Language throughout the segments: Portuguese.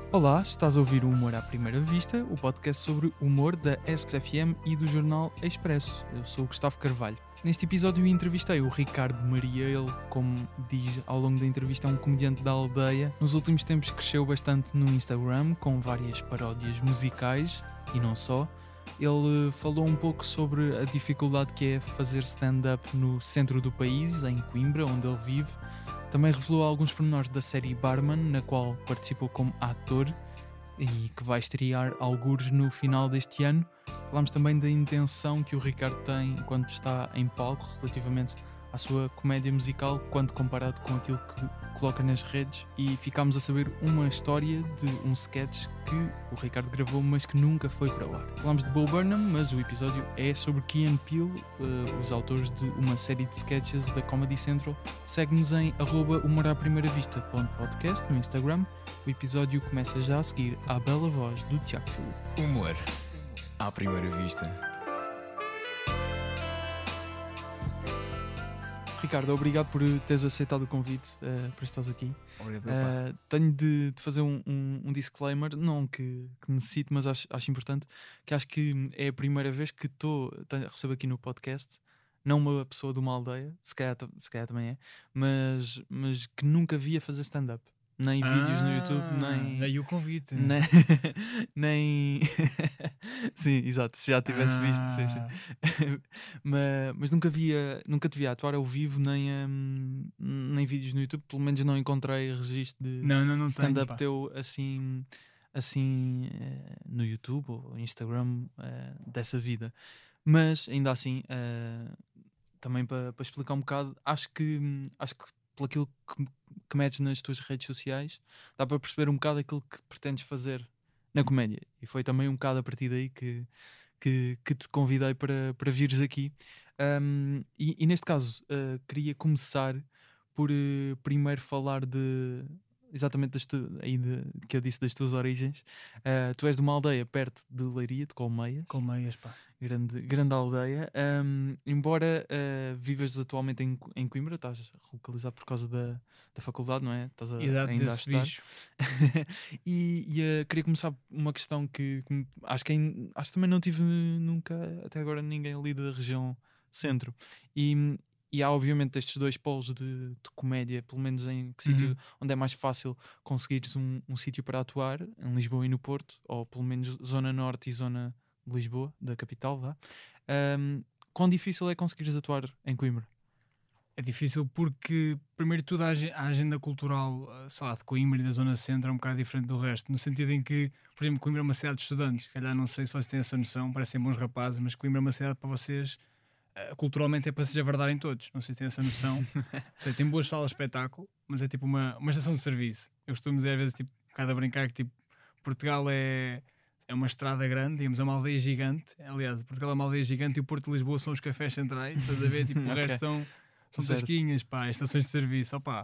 Olá, estás a ouvir o Humor à Primeira Vista, o podcast sobre humor da ESC-FM e do jornal Expresso. Eu sou o Gustavo Carvalho. Neste episódio entrevistei o Ricardo Maria. Ele, como diz ao longo da entrevista, é um comediante da aldeia. Nos últimos tempos cresceu bastante no Instagram, com várias paródias musicais e não só. Ele falou um pouco sobre a dificuldade que é fazer stand-up no centro do país, em Coimbra, onde ele vive. Também revelou alguns pormenores da série Barman, na qual participou como ator e que vai estrear algures no final deste ano. Falámos também da intenção que o Ricardo tem enquanto está em palco relativamente à sua comédia musical, quando comparado com aquilo que coloca nas redes, e ficámos a saber uma história de um sketch que o Ricardo gravou, mas que nunca foi para o ar. Falámos de Bo Burnham, mas o episódio é sobre Key & Peele, os autores de uma série de sketches da Comedy Central. Segue-nos em @humoraprimeiravista.podcast no Instagram. O episódio começa já a seguir à bela voz do Tiago Filipe. Humor à primeira vista. Ricardo, obrigado por teres aceitado o convite, por estares aqui. Obrigado, Tenho de fazer um disclaimer, não que necessite, mas acho importante, que acho que é a primeira vez que recebo aqui no podcast, não uma pessoa de uma aldeia, se calhar também é, mas que nunca via fazer stand-up. Nem vídeos no YouTube, nem... Daí o convite. Nem... Sim, exato, se já tivesse visto, sim. Mas nunca te via atuar ao vivo, nem vídeos no YouTube. Pelo menos não encontrei registro de Não stand-up tenho, teu assim no YouTube ou Instagram, dessa vida. Mas ainda assim, também para explicar um bocado, acho que pelo aquilo que metes nas tuas redes sociais, dá para perceber um bocado aquilo que pretendes fazer na comédia. E foi também um bocado a partir daí que te convidei para vires aqui. E neste caso, queria começar por primeiro falar exatamente que eu disse das tuas origens. Tu és de uma aldeia perto de Leiria, de Colmeias. Colmeias, pá. Grande aldeia. Embora vivas atualmente em Coimbra, estás localizado por causa da faculdade, não é? Estás Exato, ainda a desse estudar. bicho. Queria começar uma questão que acho que também não tive nunca até agora ninguém ali da região centro. E há obviamente estes dois polos de comédia, pelo menos em que sítio onde é mais fácil conseguires um sítio para atuar, em Lisboa e no Porto, ou pelo menos zona norte e zona de Lisboa, da capital, vá. Quão difícil é conseguires atuar em Coimbra? É difícil porque, primeiro de tudo, a agenda cultural, sei lá, de Coimbra e da zona centro é um bocado diferente do resto, no sentido em que, por exemplo, Coimbra é uma cidade de estudantes. Calhar não sei se vocês têm essa noção, parecem bons rapazes, mas Coimbra é uma cidade para vocês, culturalmente é para se javardarem todos. Não sei se têm essa noção. Sei, tem boas salas de espetáculo, mas é tipo uma estação de serviço. Eu costumo dizer às vezes, tipo, um bocado a brincar, que tipo, Portugal é uma estrada grande, digamos, é uma aldeia gigante. Aliás, Portugal é uma aldeia gigante e o Porto de Lisboa são os cafés centrais. Estás a ver? Tipo, o resto são tasquinhas, pá, estações de serviço. Opá,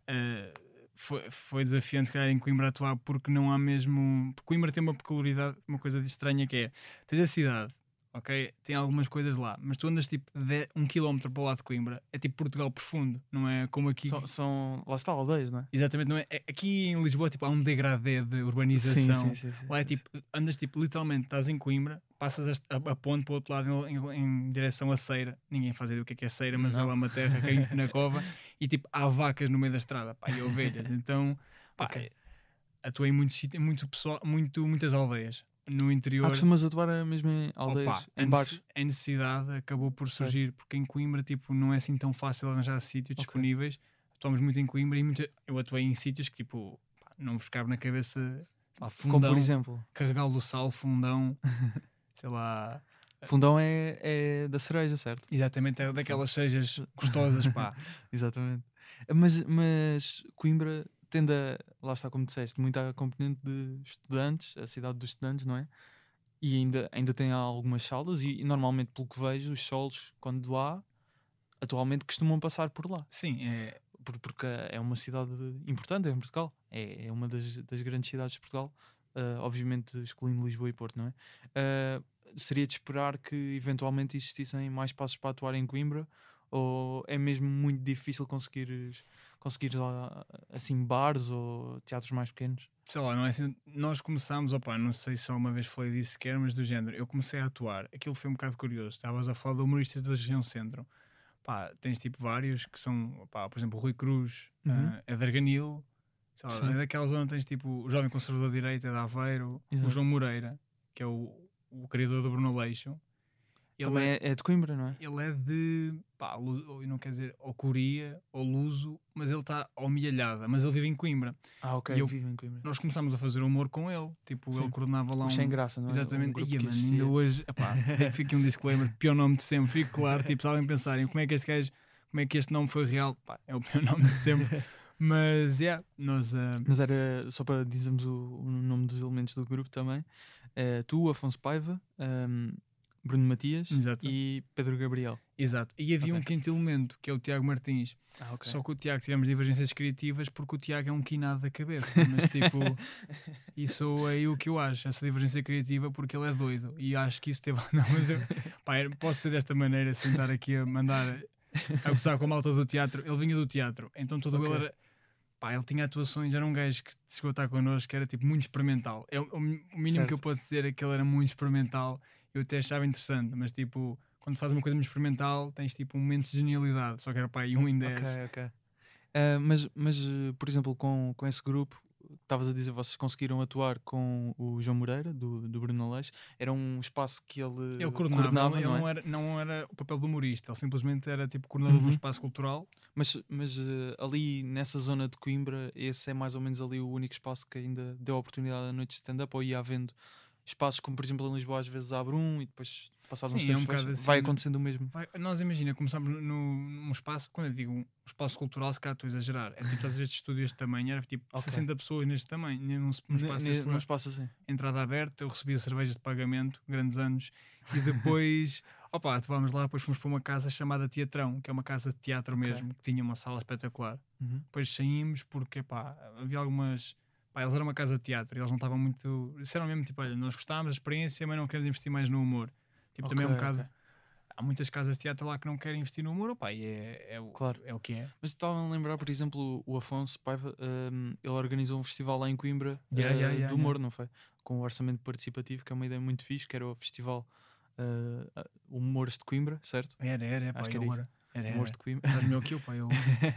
foi desafiante, se calhar, em Coimbra atuar, porque não há mesmo. Porque Coimbra tem uma peculiaridade, uma coisa estranha, que é: tens a cidade, ok? Tem algumas coisas lá, mas tu andas tipo 1 km para o lado de Coimbra, é tipo Portugal profundo, não é como aqui. Lá está, aldeias, não é? Exatamente, não é? Aqui em Lisboa tipo, há um degradê de urbanização. Sim. Lá é tipo, andas tipo, literalmente, estás em Coimbra, passas a ponte para o outro lado em direção a Ceira. Ninguém faz ideia do que é Ceira, mas é lá uma terra que na cova, e tipo, há vacas no meio da estrada, pá, e ovelhas. Então, pá, atuei em muitos sítios, muitas aldeias. No interior. Costumas atuar mesmo em aldeias, em bares? A necessidade acabou por surgir, porque em Coimbra tipo, não é assim tão fácil arranjar sítios disponíveis. Atuamos muito em Coimbra e eu atuei em sítios que tipo, pá, não vos cabe na cabeça. Fundão, como por exemplo? Carregal do Sal, Fundão, sei lá. Fundão é da cereja, certo? Exatamente, é daquelas cerejas gostosas, pá. Exatamente. Mas Coimbra tende a, lá está como disseste, muito a componente de estudantes, a cidade dos estudantes, não é? E ainda tem algumas salas e normalmente, pelo que vejo, os solos, quando há, atualmente costumam passar por lá. Sim, porque é uma cidade importante em Portugal. É uma das grandes cidades de Portugal, obviamente excluindo Lisboa e Porto, não é? Seria de esperar que eventualmente existissem mais espaços para atuar em Coimbra, ou é mesmo muito difícil conseguires conseguires lá, assim, bares ou teatros mais pequenos? Sei lá, não é assim. Nós começámos, opá, não sei se alguma vez falei disso sequer, mas do género, eu comecei a atuar. Aquilo foi um bocado curioso. Estavas a falar de humoristas da região centro. Pá, tens tipo vários que são, pá, por exemplo, o Rui Cruz, é de Arganil, sei lá, Sim. é daquela zona tens tipo o Jovem Conservador de Direita de Aveiro, Exato. o João Moreira, que é o criador do Bruno Leixo. Também é de Coimbra, não é? Ele é de, pá, não quer dizer ou Coria ou Luso, mas ele está ao Milhalhada, mas ele vive em Coimbra. Ok, E eu- vivo em Coimbra. Nós começámos a fazer humor com ele, tipo, Sim. ele coordenava lá O Sem Graça, não é? Exatamente, Um grupo Ia, que mano, existia. ainda hoje, epá, fica aqui um disclaimer, pior nome de sempre, fico claro, tipo, sabem pensarem como é que este gajo, como é que este nome foi real, pá, é o pior nome de sempre, mas, nós... Mas era só para dizermos o nome dos elementos do grupo também. Tu, Afonso Paiva, Bruno Matias Exato. e Pedro Gabriel. Exato, e havia Ok. um quinto elemento, que é o Tiago Martins. Ok. Só que o Tiago tivemos divergências criativas porque o Tiago é um quinado da cabeça, mas tipo, isso é aí o que eu acho, essa divergência criativa, porque ele é doido e acho que isso teve. Não, mas eu pá, posso ser desta maneira, sem estar aqui a mandar a gozar com a malta do teatro. Ele vinha do teatro, então todo Ok. ele era. Pá, ele tinha atuações, era um gajo que chegou a estar connosco, que era tipo muito experimental. O mínimo Certo. que eu posso dizer é que ele era muito experimental. Eu até achava interessante, mas tipo, quando fazes uma coisa muito experimental, tens tipo um momento de genialidade. Só que era pá, aí 1 em 10. Ok. Mas por exemplo, com esse grupo, estavas a dizer, vocês conseguiram atuar com o João Moreira, do Bruno Leix. Era um espaço que ele Ele coordenava, ele não é? não era o papel do humorista, ele simplesmente era tipo coordenador de um espaço cultural. Mas ali nessa zona de Coimbra, esse é mais ou menos ali o único espaço que ainda deu a oportunidade à noite de stand-up, ou ia havendo espaços como, por exemplo, em Lisboa às vezes abre um e depois, passado uns Sim, tempos, um bocado assim, vai acontecendo o mesmo. Nós imagina, começámos num espaço, quando eu digo um espaço cultural, se calhar estou a exagerar, é tipo às vezes de estúdio este tamanho, era tipo Ok. 60 pessoas neste tamanho, num espaço deste Num espaço assim. entrada aberta, eu recebia cervejas de pagamento, grandes anos, e depois, vamos lá, depois fomos para uma casa chamada Teatrão, que é uma casa de teatro Ok. mesmo, que tinha uma sala espetacular. Uhum. Depois saímos porque, havia algumas... eles eram uma casa de teatro e eles não estavam muito... Disseram mesmo, tipo, olha, nós gostávamos da experiência, mas não queremos investir mais no humor. Tipo, também é um bocado... Ok. Há muitas casas de teatro lá que não querem investir no humor, e Claro. é o que é. Mas estava a lembrar, por exemplo, o Afonso Paiva, ele organizou um festival lá em Coimbra do humor, não foi? Com o orçamento participativo, que é uma ideia muito fixe, que era o festival Humores de Coimbra, certo? Era, Acho que era isso. Era. Humores de Coimbra. Estás melhor que eu, pá, eu...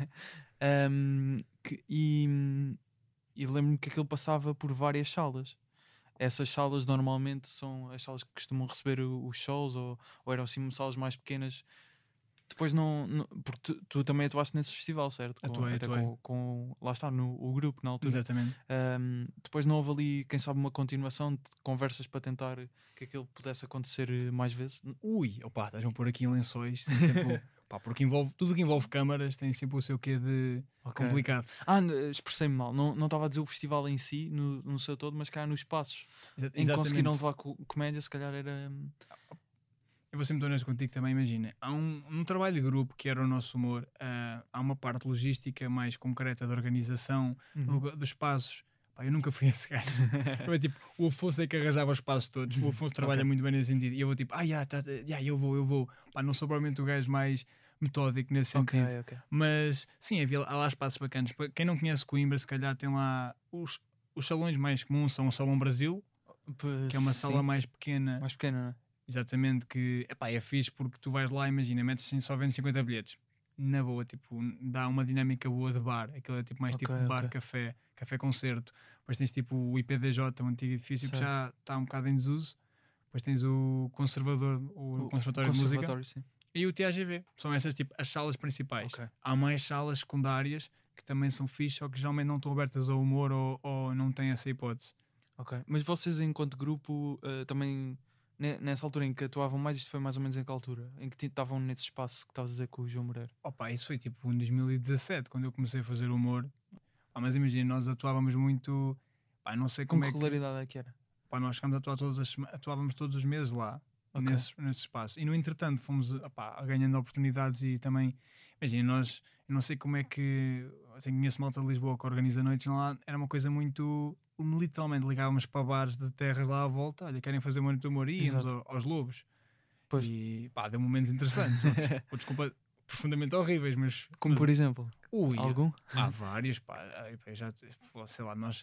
E lembro-me que aquilo passava por várias salas. Essas salas normalmente são as salas que costumam receber os shows, ou eram assim salas mais pequenas. Depois porque tu também atuaste nesse festival, certo? Atuei. Lá está, o grupo na altura. Exatamente. Depois não houve ali, quem sabe, uma continuação de conversas para tentar que aquilo pudesse acontecer mais vezes? Estás-me a pôr aqui em lençóis, sempre, porque tudo que envolve câmaras tem sempre o seu quê de complicado. Expressei-me mal. Não estava a dizer o festival em si, no seu todo, mas cá nos espaços em que Exatamente. conseguiram levar comédia, se calhar era... Eu vou ser muito honesto contigo também, imagina. Há um trabalho de grupo que era o nosso humor. Há uma parte logística mais concreta da organização, dos espaços. Eu nunca fui esse gajo. O Afonso é que arranjava os espaços todos. O Afonso trabalha muito bem nesse sentido. E eu vou eu vou. Não sou provavelmente o gajo mais metódico nesse sentido. Okay. Mas sim, há lá espaços bacanas. Para quem não conhece Coimbra, se calhar tem lá os salões mais comuns são o Salão Brasil, que é uma sala mais pequena. Mais pequena, não é? Exatamente, que é fixe porque tu vais lá, imagina, metes assim, só vendes 50 bilhetes. Na boa, tipo, dá uma dinâmica boa de bar. Aquilo é tipo mais tipo bar, café-concerto. Depois tens tipo o IPDJ, um antigo edifício, certo, que já está um bocado em desuso. Depois tens o Conservador, o Conservatório de Música. Sim. E o TAGV. São essas tipo as salas principais. Okay. Há mais salas secundárias que também são fixe, só que geralmente não estão abertas ao humor ou não têm essa hipótese. Ok. Mas vocês, enquanto grupo, também... Nessa altura em que atuavam mais, isto foi mais ou menos em que altura? Em que estavam nesse espaço que estavas a dizer com o João Moreira? Isso foi tipo em 2017, quando eu comecei a fazer humor. Mas imagina, nós atuávamos muito... não sei como com que regularidade é que era? Nós chegámos a atuar atuávamos todos os meses lá, nesse espaço. E no entretanto fomos ganhando oportunidades e também... Imagina, eu não sei como é que... Assim, conheço malta de Lisboa que organiza noites lá, era uma coisa muito... Literalmente ligávamos para bares de terras lá à volta. Olha, querem fazer uma noite de humor e íamos aos Lobos. Pois. E deu momentos interessantes. Desculpa, profundamente horríveis, mas... Como por exemplo? Ui, Algum? há vários, pá. Ai, pá, já, sei lá, nós...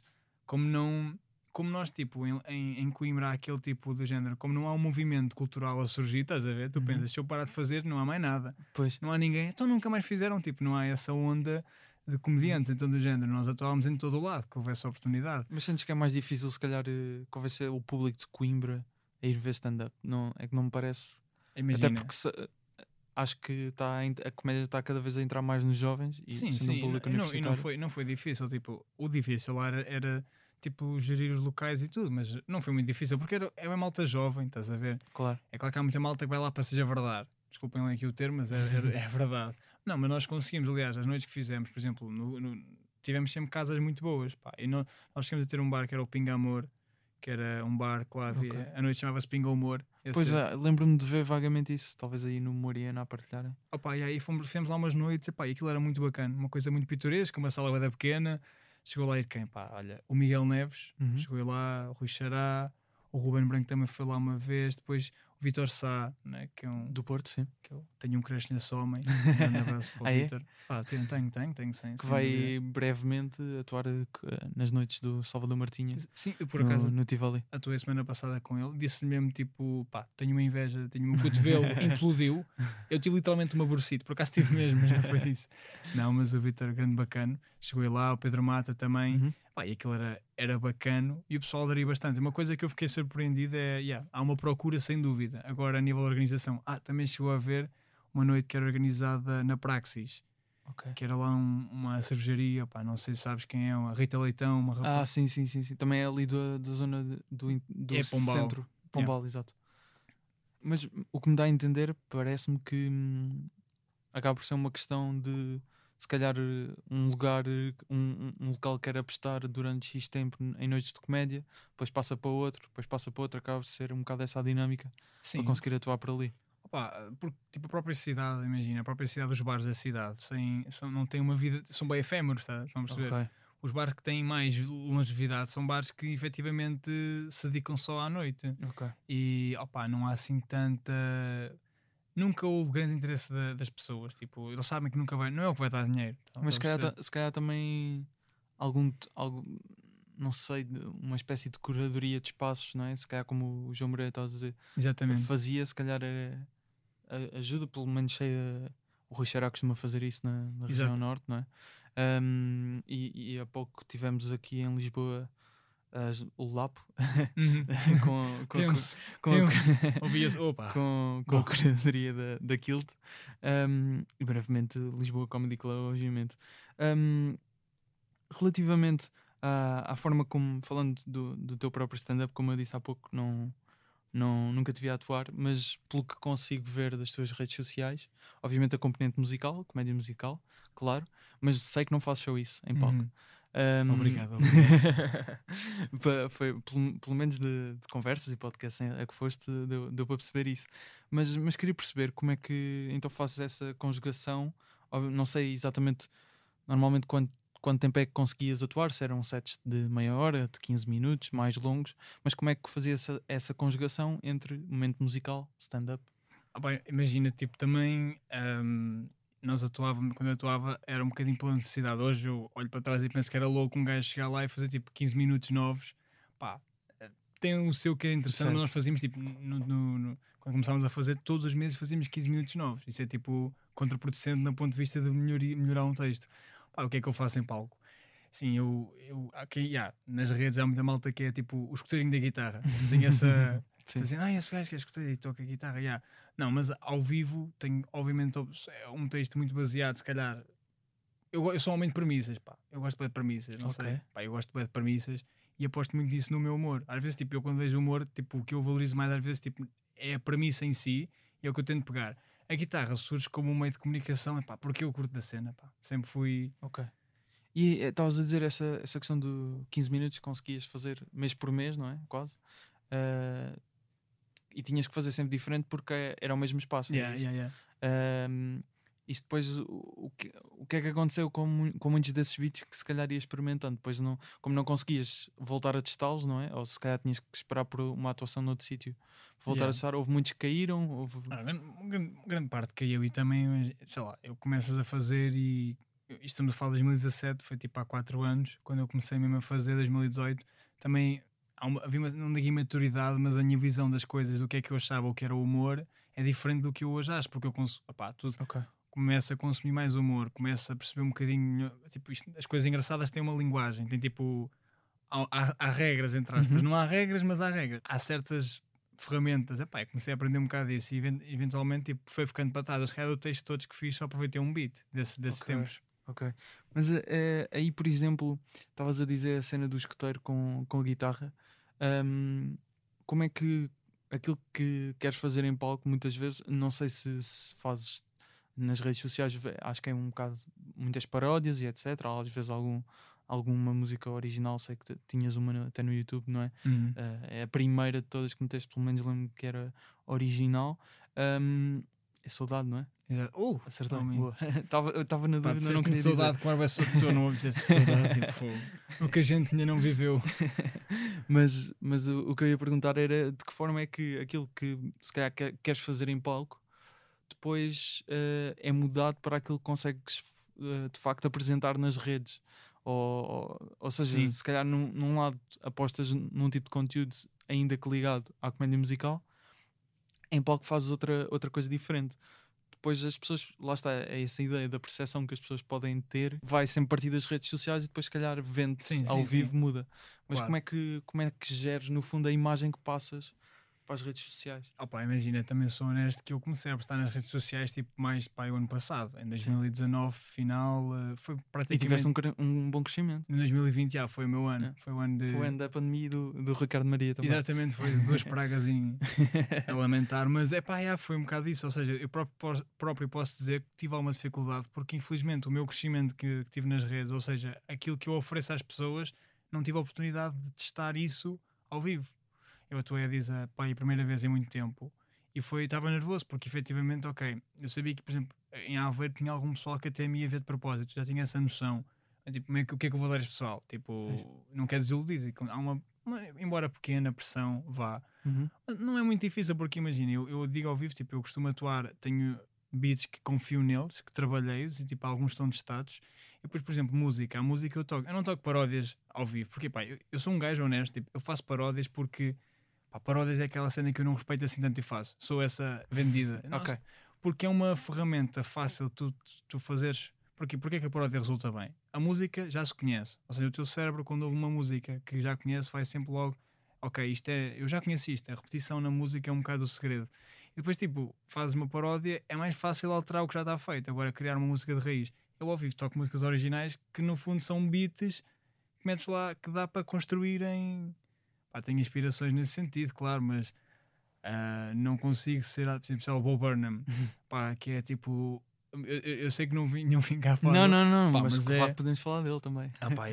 Como nós, tipo, em Coimbra há aquele tipo de género, como não há um movimento cultural a surgir, estás a ver? Tu pensas, se eu parar de fazer, não há mais nada. Pois. Não há ninguém. Então nunca mais fizeram, tipo, não há essa onda de comediantes, então do género. Nós atuávamos em todo o lado, que houvesse oportunidade. Mas sentes que é mais difícil, se calhar, convencer o público de Coimbra a ir ver stand-up? Não, é que não me parece. Imagina. Até porque acho que a comédia está cada vez a entrar mais nos jovens e Sim, sendo um sim, público e universitário. não foi difícil, tipo, o difícil era tipo gerir os locais e tudo, mas não foi muito difícil porque é uma malta jovem, estás a ver? Claro. É claro que há muita malta que vai lá para seja verdade, desculpem lá aqui o termo, mas é verdade. Não, mas nós conseguimos, aliás, as noites que fizemos, por exemplo, tivemos sempre casas muito boas, pá, e nós chegamos a ter um bar que era o Pinga Amor, que era um bar que lá havia, Ok. a noite chamava-se Pinga Humor. Pois lembro-me de ver vagamente isso, talvez aí no Moriana a partilharem. Opa, e aí fizemos lá umas noites, epá, e aquilo era muito bacana, uma coisa muito pitoresca, uma sala bem pequena. Chegou lá e quem? Pá, olha, o Miguel Neves, chegou lá, o Rui Xará, o Ruben Branco também foi lá uma vez, depois o Vitor Sá, né, que é um... Do Porto, sim. Que eu tenho um crush nesse homem, um grande abraço para o Vitor. É? Tenho sim. Que vai brevemente atuar nas noites do Salvador Martinha. Sim, eu por acaso no Tivoli. atuei a semana passada com ele, disse-lhe mesmo tipo, pá, tenho uma inveja, tenho um cotovelo, implodiu. Eu tive literalmente uma bursite, por acaso tive mesmo, mas não foi isso. Não, mas o Vitor, grande bacana, chegou lá, o Pedro Mata também, pá, e aquilo era bacano e o pessoal aderia bastante. Uma coisa que eu fiquei surpreendido é, há uma procura sem dúvida. Agora, a nível de organização, também chegou a haver uma noite que era organizada na Praxis. Okay. Que era lá uma cervejaria, pá, não sei se sabes quem é, a Rita Leitão, uma rapaz. Sim. Também é ali da zona do Pombal. centro. Pombal, exato. Mas o que me dá a entender, parece-me que acaba por ser uma questão de, se calhar, um local que quer apostar durante X tempo em noites de comédia, depois passa para outro, acaba por ser um bocado essa a dinâmica. Sim. Para conseguir atuar por ali. Opa, porque tipo, a própria cidade, imagina, a própria cidade, dos bares da cidade não têm uma vida, são bem efêmeros, tá? Vamos perceber. Okay. Os bares que têm mais longevidade são bares que efetivamente se dedicam só à noite. Okay. E opa, não há assim tanta. Nunca houve grande interesse das pessoas. Tipo, eles sabem que nunca vai, não é o que vai dar dinheiro. Então, mas se calhar também algum, não sei, uma espécie de curadoria de espaços, não é? Se calhar, como o João Moreira está a dizer, exatamente. Fazia, se calhar ajuda, pelo menos o Rui Xará costuma fazer isso na região norte, não é? E há pouco tivemos aqui em Lisboa o Lapo com a curadoria da Kilt, e brevemente Lisboa Comedy Club, obviamente. Relativamente à forma como, falando do teu próprio stand-up, como eu disse há pouco, nunca te vi atuar, mas pelo que consigo ver das tuas redes sociais, obviamente a componente musical, comédia musical, claro, mas sei que não fazes só isso em palco. Obrigado. Foi, pelo menos de conversas e podcasts a que foste, deu para perceber isso. Mas queria perceber como é que então fazes essa conjugação. Não sei exatamente, normalmente quanto tempo é que conseguias atuar, se eram sets de meia hora, de 15 minutos, mais longos, mas como é que fazias essa conjugação entre momento musical, stand-up? Bem, imagina, tipo, também nós quando eu atuava era um bocadinho pela necessidade. Hoje eu olho para trás e penso que era louco um gajo chegar lá e fazer tipo 15 minutos novos. Pá, tem o seu que é interessante, mas nós fazíamos tipo, quando começámos a fazer, todos os meses fazíamos 15 minutos novos. Isso é tipo contraproducente no ponto de vista de melhorar um texto. Pá, o que é que eu faço em palco? Sim, nas redes há muita malta que é tipo o escuteirinho da guitarra. Tem essa... Assim, esse gajo que é escuteiro e toca guitarra, Não, mas ao vivo tenho, obviamente, um texto muito baseado, se calhar... Eu sou um homem de premissas, pá. Eu gosto de premissas, não sei. Pá, eu gosto de premissas e aposto muito disso no meu humor. Às vezes, tipo, eu quando vejo humor, tipo, o que eu valorizo mais às vezes, tipo, é a premissa em si e é o que eu tento pegar. A guitarra surge como um meio de comunicação, pá, porque eu curto da cena, pá. Sempre fui... Ok. E estavas a dizer essa questão de 15 minutos conseguias fazer mês por mês, não é? Quase. E tinhas que fazer sempre diferente porque era o mesmo espaço. Isto depois, o que é que aconteceu com muitos desses beats que se calhar ias experimentando? Depois, como não conseguias voltar a testá-los, não é? Ou se calhar tinhas que esperar por uma atuação noutro sítio para voltar a testar. Houve muitos que caíram. Grande parte caiu e também, sei lá, eu começas a fazer e isto estamos a falar de 2017, foi tipo há 4 anos, quando eu comecei mesmo a fazer, 2018, também havia não digo imaturidade, mas a minha visão das coisas, do que é que eu achava, o que era o humor, é diferente do que eu hoje acho, porque eu tudo. Ok. Começo a consumir mais humor, começo a perceber um bocadinho, tipo, as coisas engraçadas têm uma linguagem, tem tipo, há regras entre aspas, não há regras, mas há regras. Há certas ferramentas, eu comecei a aprender um bocado disso e eventualmente tipo, foi ficando para trás. Acho que do texto todos que fiz só aproveitei um beat desses tempos. Ok, mas aí por exemplo, estavas a dizer a cena do escoteiro com a guitarra, como é que aquilo que queres fazer em palco, muitas vezes, não sei se fazes nas redes sociais, acho que é um bocado muitas paródias e etc. Às vezes alguma música original, sei que tinhas uma até no YouTube, não é? É a primeira de todas que meteste, pelo menos lembro que era original. É Saudade, não é? Exato. Acertei. Estava na dúvida, não queria Saudade, claro, vai ser tu, não disseste saudade, tipo, o que a gente ainda não viveu. mas o que eu ia perguntar era de que forma é que aquilo que se calhar queres fazer em palco depois é mudado para aquilo que consegues de facto apresentar nas redes. Ou seja, Sim. Se calhar num lado apostas num tipo de conteúdo ainda que ligado à comédia musical, em palco fazes outra coisa diferente. Depois as pessoas, lá está, é essa ideia da percepção que as pessoas podem ter, vai sempre partir das redes sociais e depois se calhar vende-se ao vivo muda. Mas claro. como é que geres no fundo a imagem que passas para as redes sociais? Imagina, também sou honesto que eu comecei a postar nas redes sociais tipo mais o ano passado, em 2019 final, foi praticamente... E tiveste um bom crescimento. Em 2020 foi o meu ano, foi o ano da pandemia do Ricardo Maria também. Exatamente, foi 2 pragas a lamentar, mas foi um bocado isso, ou seja, eu próprio posso dizer que tive alguma dificuldade, porque infelizmente o meu crescimento que tive nas redes, ou seja, aquilo que eu ofereço às pessoas, não tive a oportunidade de testar isso ao vivo. Eu atuei a dizer a primeira vez em muito tempo e estava nervoso porque efetivamente, eu sabia que, por exemplo, em Aveiro tinha algum pessoal que até me ia ver de propósito, já tinha essa noção, tipo, o que é que eu vou dar a este pessoal? Tipo, não quer desiludir, há uma embora pequena pressão, não é muito difícil porque imagina, eu digo ao vivo, tipo, eu costumo atuar, tenho beats que confio neles, que trabalhei-os e tipo, alguns estão testados. E depois, por exemplo, a música eu não toco paródias ao vivo, porque eu sou um gajo honesto, tipo, eu faço paródias porque paródias é aquela cena que eu não respeito assim tanto e faço, sou essa vendida. Porque é uma ferramenta fácil tu fazeres. Porque é que a paródia resulta bem? A música já se conhece, ou seja, o teu cérebro quando ouve uma música que já conhece vai sempre logo, eu já conheci isto, a repetição na música é um bocado o segredo. E depois tipo, fazes uma paródia, é mais fácil alterar o que já está feito, agora criar uma música de raiz. Eu ao vivo toco músicas originais que no fundo são beats que metes lá, que dá para construir em... tenho inspirações nesse sentido, claro, mas não consigo ser, por exemplo, o Bo Burnham, que é tipo... Eu sei que não vim cá falar. Não, mas claro que podemos falar dele também.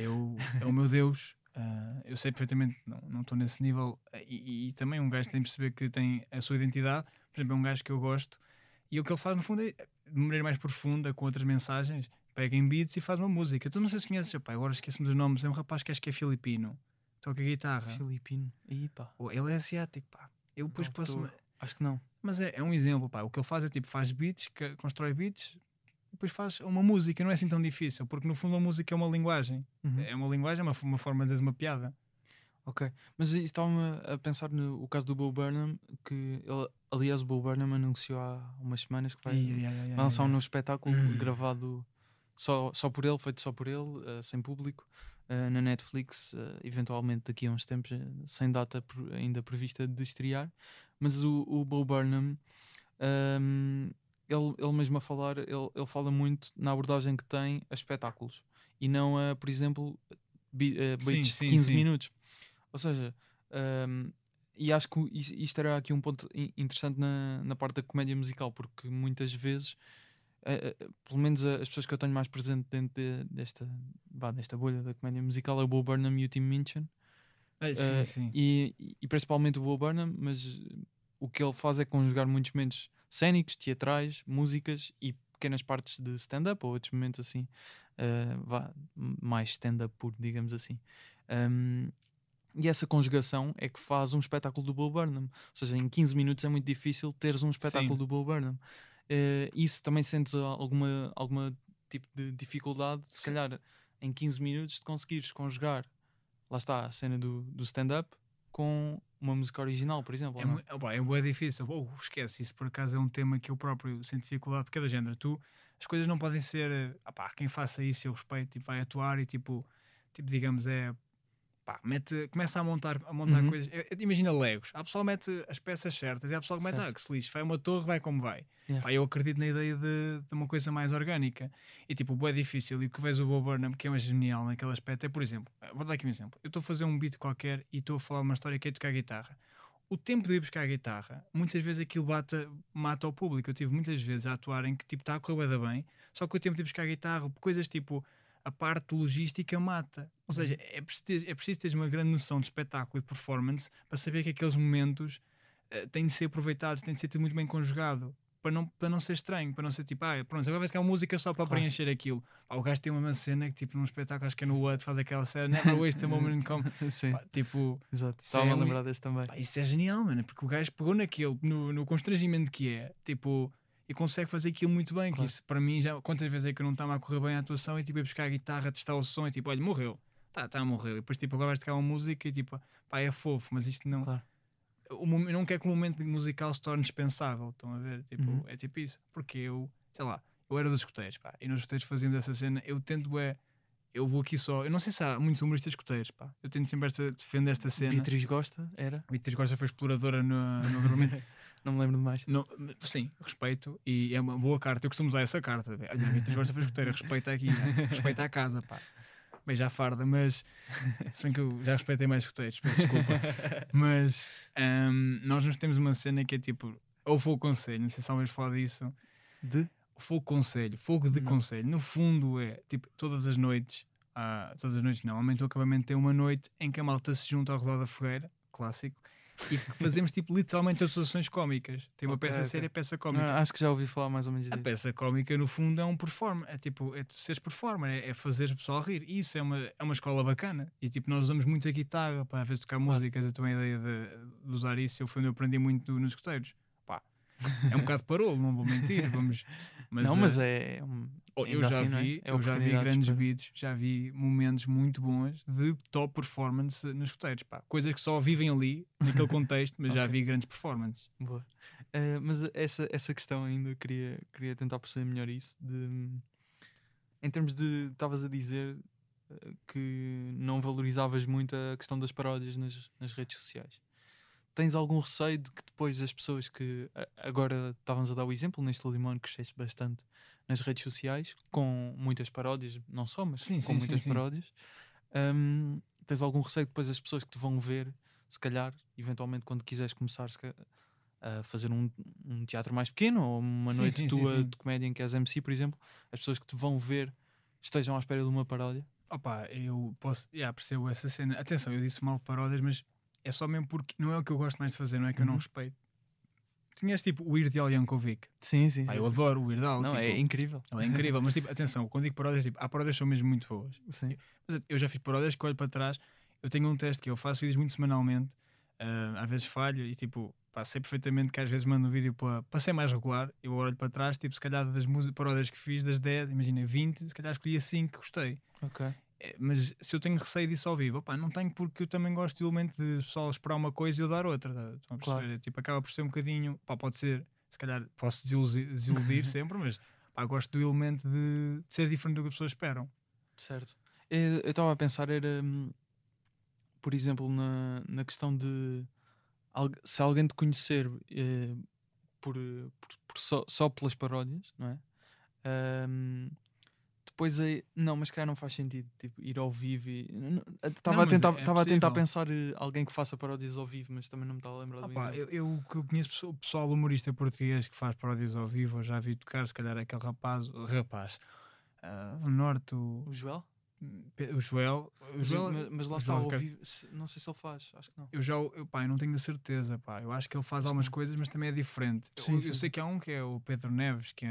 É o meu Deus. Eu sei perfeitamente, não estou nesse nível. E também um gajo tem de perceber que tem a sua identidade. Por exemplo, é um gajo que eu gosto. E o que ele faz, no fundo, é de maneira mais profunda, com outras mensagens, pega em beats e faz uma música. Tu não sei se conheces, agora esqueço-me dos nomes. É um rapaz que acho que é filipino, toca guitarra. Filipino? Ele é asiático, pá. Eu depois posso... Acho que não. Mas é um exemplo, pá. O que ele faz é tipo, faz beats, constrói beats, depois faz uma música. Não é assim tão difícil, porque no fundo a música é uma linguagem. É uma linguagem, é uma forma de dizer uma piada. Ok, mas estava-me a pensar no caso do Bo Burnham, que aliás o Bo Burnham anunciou há umas semanas que vai lançar um novo espetáculo gravado só por ele, feito só por ele, sem público, na Netflix, eventualmente daqui a uns tempos, sem data ainda prevista de estrear. Mas o Bo Burnham, ele mesmo a falar, ele fala muito na abordagem que tem a espetáculos e não a, por exemplo, beats de 15 minutos. Ou seja, e acho que isto era aqui um ponto interessante na parte da comédia musical, porque muitas vezes, pelo menos as pessoas que eu tenho mais presente dentro desta bolha da comédia musical é o Bo Burnham e o Tim Minchin. E principalmente o Bo Burnham, mas o que ele faz é conjugar muitos momentos cénicos, teatrais, músicas e pequenas partes de stand-up ou outros momentos assim, mais stand-up puro, digamos assim. E essa conjugação é que faz um espetáculo do Bo Burnham. Ou seja, em 15 minutos é muito difícil teres um espetáculo do Bo Burnham. Isso também sentes alguma tipo de dificuldade, se calhar em 15 minutos, de conseguires conjugar, lá está, a cena do stand-up com uma música original, por exemplo. É bem difícil. Esquece, isso por acaso é um tema que eu próprio sinto dificuldade, porque é do género, as coisas não podem ser, quem faça isso eu respeito, tipo, vai atuar e tipo digamos, começa a montar coisas. Imagina Legos, a pessoa mete as peças certas e a pessoa que mete, que se lixe, vai uma torre, vai como vai. Eu acredito na ideia de uma coisa mais orgânica e tipo, é difícil. E o que vês o Bo Burnham, que é mais genial naquele aspecto, é, por exemplo, vou dar aqui um exemplo. Eu estou a fazer um beat qualquer e estou a falar uma história que é tocar a guitarra. O tempo de ir buscar a guitarra, muitas vezes aquilo mata o público. Eu tive muitas vezes a atuar em que tipo, está a correr bem, só que o tempo de ir buscar a guitarra, coisas tipo, a parte logística mata. Ou seja, é preciso ter uma grande noção de espetáculo e performance para saber que aqueles momentos têm de ser aproveitados, têm de ser tudo muito bem conjugado. Para não ser estranho, para não ser tipo, pronto, agora vai ficar uma música só para preencher aquilo. O gajo tem uma cena que, tipo, num espetáculo, acho que é no What, faz aquela cena, never waste a moment come. Tipo, exato, estava a lembrar desse também. Isso é genial, mano, porque o gajo pegou naquilo, no constrangimento que é, tipo, e consegue fazer aquilo muito bem. Que isso, para mim, já quantas vezes é que eu não estava a correr bem a atuação e tipo, ia buscar a guitarra, testar o som e tipo, olha, morreu, morreu. E depois, tipo, agora vais tocar uma música e tipo, é fofo, mas isto não. Claro. Eu não quero que o momento musical se torne dispensável. Estão a ver? Tipo, é tipo isso. Porque eu era dos escuteiros, e nos escuteiros fazíamos essa cena. Eu vou aqui só. Eu não sei se há muitos humoristas escuteiros, eu tento sempre defender esta cena. Beatriz Gosta era? Beatriz Gosta foi exploradora no agrupamento. Não me lembro de mais. Não, sim, respeito. E é uma boa carta. Eu costumo usar essa carta. Olha, a Beatriz Gosta foi escuteira. Respeita aqui, respeita a casa, Bem, já farda, mas se bem que eu já respeitei mais escuteiros, desculpa. Mas nós temos uma cena que é tipo, ou fogo conselho, não sei se alguém falar disso. De? Fogo de conselho. No fundo é tipo, todas as noites não, normalmente o acabamento tem uma noite em que a malta se junta ao redor da fogueira, clássico, e fazemos tipo literalmente atuações cómicas. Tem uma peça séria e peça cómica. Acho que já ouvi falar mais ou menos disso. A peça cómica no fundo é um performer, é tu seres performer, é fazer o pessoal rir. E isso é uma escola bacana. E tipo, nós usamos muito a guitarra para às vezes tocar músicas. Eu tenho a ideia de usar isso. Foi onde eu aprendi muito nos escuteiros. É um bocado parolo, não vou mentir. Mas eu já vi grandes vídeos, já vi momentos muito bons de top performance nos escuteiros. Coisas que só vivem ali, naquele contexto, mas já vi grandes performances. Boa. Mas essa questão ainda queria tentar perceber melhor isso. Em termos de, estavas a dizer que não valorizavas muito a questão das paródias nas redes sociais. Tens algum receio de que depois as pessoas que agora estávamos a dar o exemplo, neste Limão cresceste bastante nas redes sociais, com muitas paródias, não só, mas com muitas paródias, tens algum receio de depois as pessoas que te vão ver, se calhar, eventualmente quando quiseres começar a fazer um teatro mais pequeno ou uma noite tua de comédia em que és MC, por exemplo, as pessoas que te vão ver estejam à espera de uma paródia? Eu posso, percebo essa cena. Atenção, eu disse mal paródias, mas é só mesmo porque não é o que eu gosto mais de fazer, não é que eu não respeito. Tinhas tipo o Weird Al Yankovic. Sim. Eu adoro o Weird Al. Não, é incrível. Ele é incrível, mas tipo, atenção, quando digo paródias, há paródias que são mesmo muito boas. Sim. Mas eu já fiz paródias que olho para trás. Eu tenho um teste que eu faço vídeos muito semanalmente, às vezes falho e tipo, sei perfeitamente que às vezes mando um vídeo para ser mais regular. Eu olho para trás, tipo, se calhar das paródias que fiz, das 10, imagina 20, se calhar escolhi 5 que gostei. Ok. Mas se eu tenho receio disso ao vivo, não tenho, porque eu também gosto do elemento de o pessoal esperar uma coisa e eu dar outra. Estão a perceber? Claro. Tipo, acaba por ser um bocadinho, pode ser, se calhar posso desiludir sempre, mas gosto do elemento de ser diferente do que as pessoas esperam. Certo. Eu estava a pensar, por exemplo, na questão de se alguém te conhecer só pelas paródias, não é? Depois não, mas cá não faz sentido tipo, ir ao vivo. Estava a tentar pensar alguém que faça paródias ao vivo, mas também não me estava a lembrar do exemplo. Eu conheço o pessoal humorista português que faz paródias ao vivo, eu já vi tocar, se calhar aquele rapaz do Norte, o Joel? O Joel, mas lá está ao vivo, não sei se ele faz, acho que não. Eu não tenho a certeza, eu acho que ele faz algumas coisas, mas também é diferente. Eu sei que há um que é o Pedro Neves, que é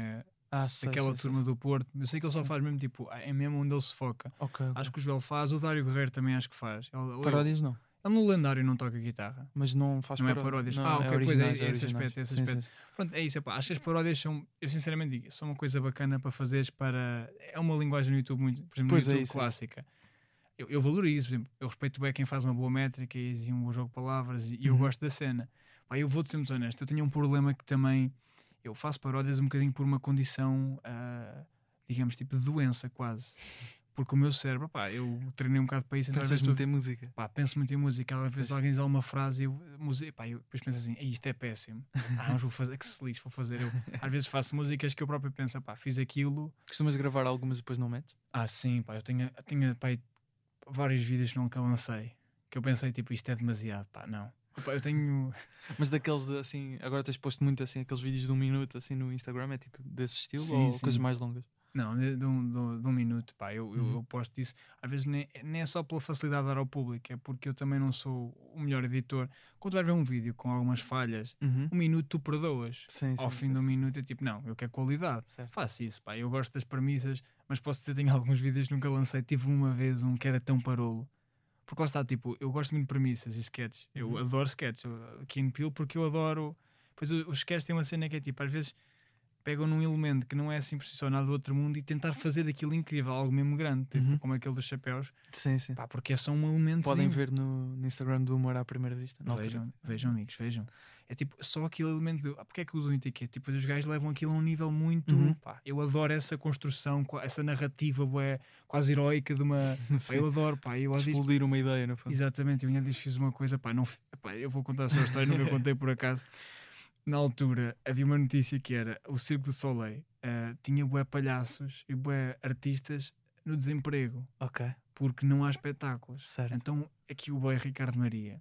sei, daquela sei, turma sei. do Porto. Eu sei que ele só Sim. faz mesmo tipo, é mesmo onde ele se foca. Ok. Acho que o Joel faz, o Dário Guerreiro também acho que faz. Paródias não, Ele no lendário não toca guitarra. mas não faz Não é paródia. paródias. Não, é Ok, pois é, originais, é esse originais. aspecto, esse Sim, aspecto. sim. Pronto, é isso, epá. Acho que as paródias são, eu sinceramente digo, são uma coisa bacana para fazeres para. É uma linguagem no YouTube muito, por exemplo, Pois no é YouTube isso, é isso. clássica. Eu valorizo, por exemplo, eu respeito bem quem faz uma boa métrica e um bom jogo de palavras e eu Uhum. gosto da cena. Pá, eu vou-te ser muito honesto, eu tinha um problema que também eu faço paródias um bocadinho por uma condição, digamos, tipo de doença quase. Porque o meu cérebro, pá, eu treinei um bocado para isso, então às Pensas vezes muito em música. pá, penso muito em música, às vezes Pois. alguém diz alguma frase e eu depois penso assim, isto é péssimo. Mas vou fazer, que se lixe, vou fazer. Eu, às vezes faço músicas que eu próprio penso, pá, fiz aquilo. Costumas gravar algumas e depois não metes? Sim, pá, eu tinha pá, vários vídeos que nunca lancei, que eu pensei, tipo, isto é demasiado, pá, não. Pá, eu tenho. Mas daqueles de assim, agora tens posto muito assim, aqueles vídeos de 1 minuto assim no Instagram, é tipo desse estilo Sim, ou sim. coisas mais longas? Não, de um minuto, pá, eu posto isso. Às vezes nem é só pela facilidade de dar ao público, é porque eu também não sou o melhor editor. Quando vais ver um vídeo com algumas falhas, 1 minuto tu perdoas. Sim, Ao sim, fim sim, de 1 sim. minuto é tipo, não, eu quero qualidade. Certo. Faço isso, pá, eu gosto das premissas, mas posso dizer que tenho alguns vídeos que nunca lancei. Tive uma vez um que era tão parolo. Porque lá está, tipo, eu gosto muito de premissas e sketches. Eu adoro sketches, aqui em Peel, porque eu adoro. Pois os sketches têm uma cena que é tipo, às vezes pegam num elemento que não é assim por si só nada do outro mundo e tentar fazer daquilo incrível, algo mesmo grande, tipo, como aquele dos chapéus. Sim, sim. Pá, porque é só um elemento. Podem ver no Instagram do Humor à Primeira Vista. Vejam, amigos, vejam. É tipo, só aquele elemento de, porque é que usam etiqueta? Tipo, os gajos levam aquilo a um nível muito. Pá, eu adoro essa construção, essa narrativa bué, quase heroica de uma. Pá, eu adoro, pá, eu adoro. Explodir uma ideia, no fundo. Exatamente, eu ainda fiz uma coisa, pá, não, pá, eu vou contar a sua história, nunca contei por acaso. Na altura havia uma notícia que era o Cirque du Soleil tinha bué palhaços e bué artistas no desemprego Ok. porque não há espetáculos. Certo. Então aqui o boy Ricardo Maria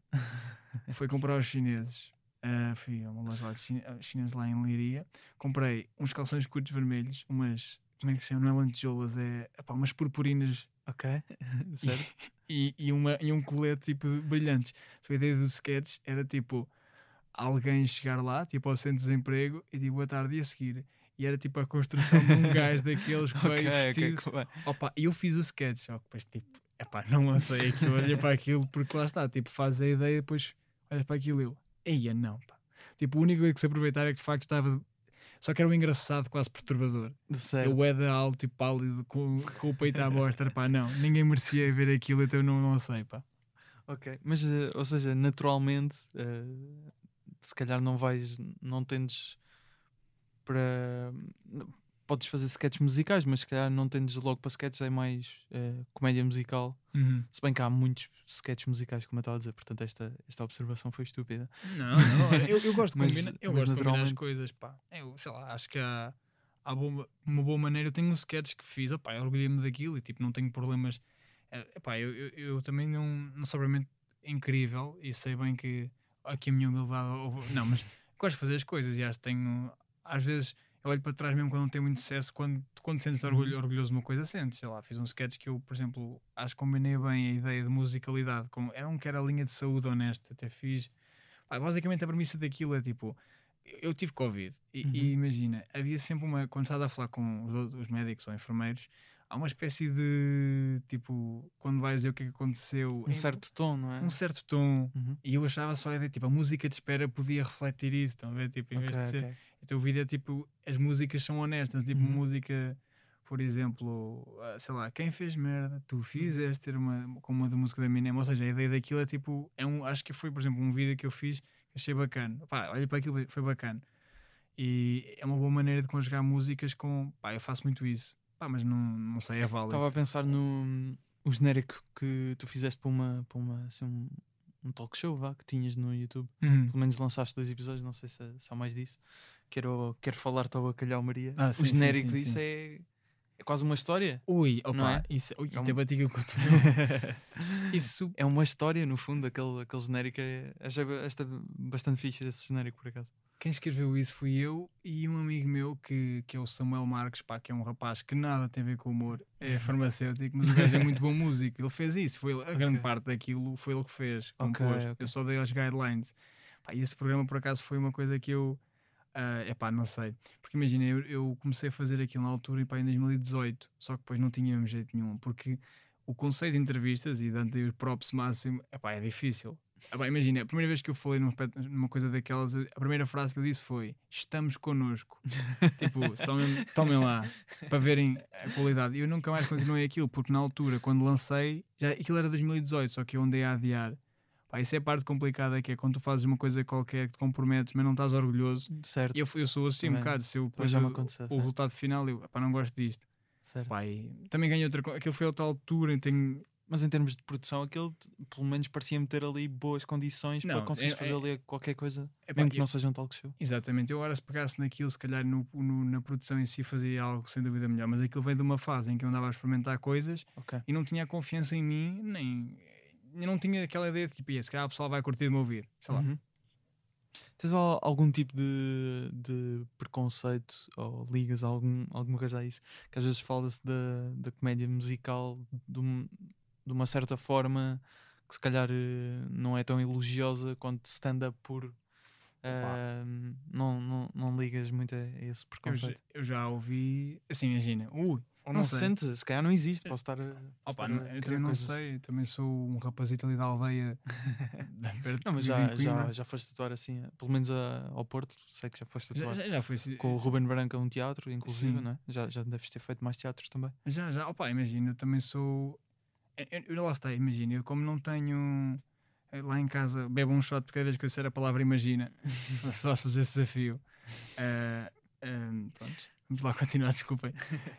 foi comprar aos chineses. Fui a uma loja lá de chineses lá em Leiria. Comprei uns calções curtos vermelhos, umas, como é que se chama? Não é lantejoulas, epá, umas purpurinas. Ok. Certo. E um colete tipo brilhantes. Então, a ideia do sketch era tipo alguém chegar lá, tipo ao centro de desemprego e digo boa tarde e a seguir. E era tipo a construção de um gajo daqueles que veio vestido. Opa, eu fiz o sketch, só que depois tipo, epá, não lancei aquilo, olhei para aquilo, porque lá está, tipo, faz a ideia, depois olhas para aquilo e eu, eia, não, pá. Tipo, o único coisa que se aproveitava é que de facto estava. Só que era um engraçado, quase perturbador. Certo. Eu era alto e pálido, com o peito à mostra, pá, não, ninguém merecia ver aquilo, então eu não sei, pá. Ok, mas, ou seja, naturalmente, se calhar não tendes para. Podes fazer sketches musicais, mas se calhar não tendes logo para sketches, é mais comédia musical. Se bem que há muitos sketches musicais, como eu estava a dizer, portanto esta observação foi estúpida. Não, eu gosto de combinar, combinar as coisas, pá. Eu sei lá, acho que há uma boa maneira. Eu tenho um sketch que fiz, opá, eu orgulhei-me daquilo e tipo, não tenho problemas. Epá, eu também não sou realmente incrível e sei bem que aqui a minha humildade. Não, mas gosto de fazer as coisas e acho que tenho. Às vezes eu olho para trás mesmo quando não tenho muito sucesso, quando sentes orgulhoso de uma coisa, sentes. Sei lá, fiz um sketch que eu, por exemplo, acho que combinei bem a ideia de musicalidade. Era um que era a linha de saúde honesta, até fiz. Basicamente a premissa daquilo é tipo. Eu tive Covid e imagina, havia sempre uma. Quando estava a falar com os médicos ou enfermeiros, há uma espécie de tipo, quando vais dizer o que é que aconteceu, Um certo tom, não é? Um certo tom. E eu achava só a ideia, tipo, a música de espera podia refletir isso. Estão a ver? Tipo, em vez de ser. Então o vídeo é tipo, as músicas são honestas, tipo, música, por exemplo, sei lá, quem fez merda, tu fizeste, ter com uma da música da Eminem, ou seja, a ideia daquilo é tipo, acho que foi, por exemplo, um vídeo que eu fiz, que achei bacana. Pá, olha para aquilo, foi bacana. E é uma boa maneira de conjugar músicas com, pá, eu faço muito isso. Pá, mas não sei, é válido. Estava a pensar no o genérico que tu fizeste para uma assim, um talk show que tinhas no YouTube. Pelo menos lançaste 2 episódios, não sei se há mais disso. Quero falar-te ao Bacalhau Maria. O genérico disso é quase uma história. Ui, opa, não é? Isso, até bati que eu isso é uma história, no fundo, aquele genérico. Achei bastante fixe esse genérico, por acaso. Quem escreveu isso fui eu e um amigo meu que é o Samuel Marques, pá, que é um rapaz que nada tem a ver com humor, é farmacêutico, mas o gajo é muito bom músico. Ele fez isso, a grande parte daquilo foi ele que fez, compôs. Eu só dei as guidelines. Pá, e esse programa, por acaso, foi uma coisa que eu Não sei. Porque imagina, eu comecei a fazer aquilo na altura em 2018, só que depois não tinha mesmo jeito nenhum, porque o conceito de entrevistas e dando o props máximo, é difícil. Imagina, a primeira vez que eu falei numa coisa daquelas, a primeira frase que eu disse foi: estamos connosco. Tipo, só mesmo, tomem lá, para verem a qualidade. E eu nunca mais continuei aquilo, porque na altura, quando lancei, aquilo era 2018, só que eu andei a adiar. Isso é a parte complicada, que é quando tu fazes uma coisa qualquer que te comprometes, mas não estás orgulhoso. Certo. E eu sou assim um bocado. Se eu depois o resultado final, eu não gosto disto. Certo. Também ganhei outra coisa. Aquilo foi outra altura. Mas em termos de produção, aquilo pelo menos parecia-me ter ali boas condições para conseguires fazer ali qualquer coisa, mesmo que não seja um talk show. Exatamente. Eu agora, se pegasse naquilo, se calhar na produção em si fazia algo sem dúvida melhor. Mas aquilo veio de uma fase em que eu andava a experimentar coisas e não tinha confiança em mim, nem. Eu não tinha aquela ideia de que se calhar o pessoal vai curtir de me ouvir, sei lá. Tens algum tipo de preconceito ou ligas alguma coisa a isso? Que às vezes fala-se da comédia musical de uma certa forma que se calhar não é tão elogiosa quanto stand-up puro. Não ligas muito a esse preconceito? Eu já ouvi, assim, imagina, ou não se sente, se calhar não existe, posso estar eu também não sei, também sou um rapazito ali da aldeia perto. Não, mas já foste atuar assim, pelo menos ao Porto, sei que já foste atuar já foi, com o Ruben Branco a um teatro, inclusive, não é? Já deves ter feito mais teatros também. Já, imagina, eu também sou, eu lá está, imagina, eu como não tenho lá em casa, bebo um shot porque cada vez que eu disser a palavra imagina, posso fazer esse desafio. Pronto, vamos lá continuar, desculpem.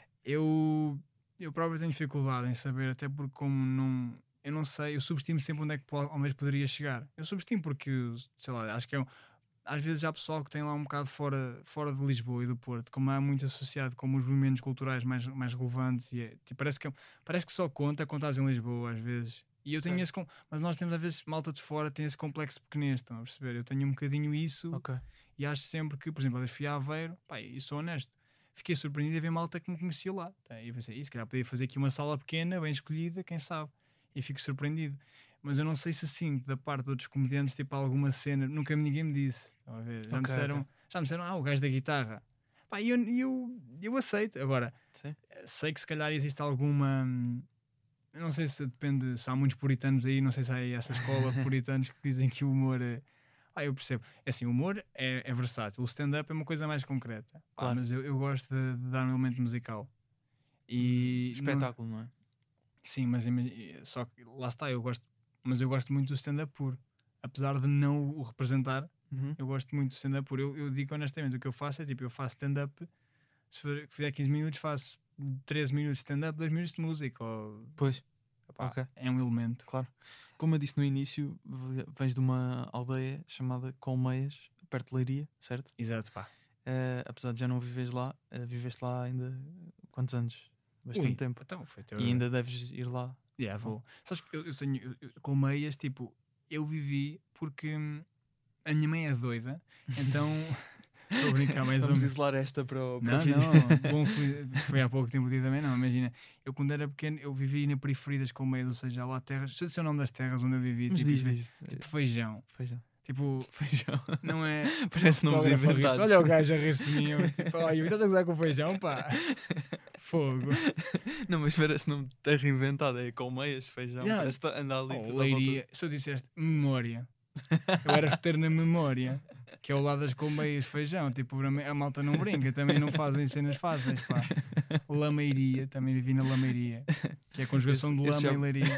Eu próprio tenho dificuldade em saber, até porque como eu não sei, eu subestimo sempre onde é que ao menos poderia chegar. Eu subestimo porque, sei lá, acho que às vezes há pessoal que tem lá um bocado fora de Lisboa e do Porto, como há muito associado com os movimentos culturais mais relevantes, e tipo, parece que só conta quando estás em Lisboa às vezes. E eu tenho esse, mas nós temos às vezes malta de fora tem esse complexo pequenez, estão a perceber? Eu tenho um bocadinho isso, e acho sempre que, por exemplo, eu fui a Aveiro, e sou honesto, fiquei surpreendido a ver malta que me conhecia lá. E eu pensei, se calhar podia fazer aqui uma sala pequena, bem escolhida, quem sabe? E fico surpreendido. Mas eu não sei se sinto da parte de outros comediantes, tipo alguma cena, ninguém me disse. Estão a ver? Já me disseram, o gajo da guitarra. E eu aceito. Agora, sei que se calhar existe alguma. Não sei se depende, se há muitos puritanos aí, não sei se há essa escola de puritanos que dizem que o humor é. Eu percebo. É assim, o humor é versátil. O stand-up é uma coisa mais concreta. Claro. Mas eu gosto de dar um elemento musical. Espetáculo, não é? Sim, mas só que lá está, eu gosto muito do stand-up puro. Apesar de não o representar, eu gosto muito do stand-up puro. Eu digo honestamente, o que eu faço é tipo, eu faço stand-up, se fizer 15 minutos, faço 13 minutos de stand-up, 2 minutos de música. Pois. É um elemento. Claro. Como eu disse no início, vens de uma aldeia chamada Colmeias, perto de Leiria, certo? Exato, pá. Apesar de já não viveres lá, viveste lá ainda quantos anos? Bastante tempo. Então, e ainda deves ir lá. Vou. Sabes que eu tenho Colmeias, tipo, eu vivi porque a minha mãe é doida, então estou a brincar mais Vamos isolar esta para o Não, vídeo. bom, foi há pouco tempo também, não, imagina, eu quando era pequeno eu vivi na periferia das Colmeias, ou seja, lá terras, se eu disser o nome das terras onde eu vivi, mas tipo, diz. Tipo feijão. Tipo, feijão. Não é. Parece nomes inventados. Olha o gajo a rir-se de mim. Tipo, estás a gozar com feijão, pá. Fogo. Não, mas parece nome de terra inventada. É Colmeias, feijão. Parece que anda ali tudo Leiria. Se eu disseste memória, eu era ter na memória, que é ao lado das Colmeias, feijão. Tipo, a malta não brinca, também não fazem cenas fáceis, pá. Lameiria, também vivi na Lameiria, que é a conjugação de lama e leiria.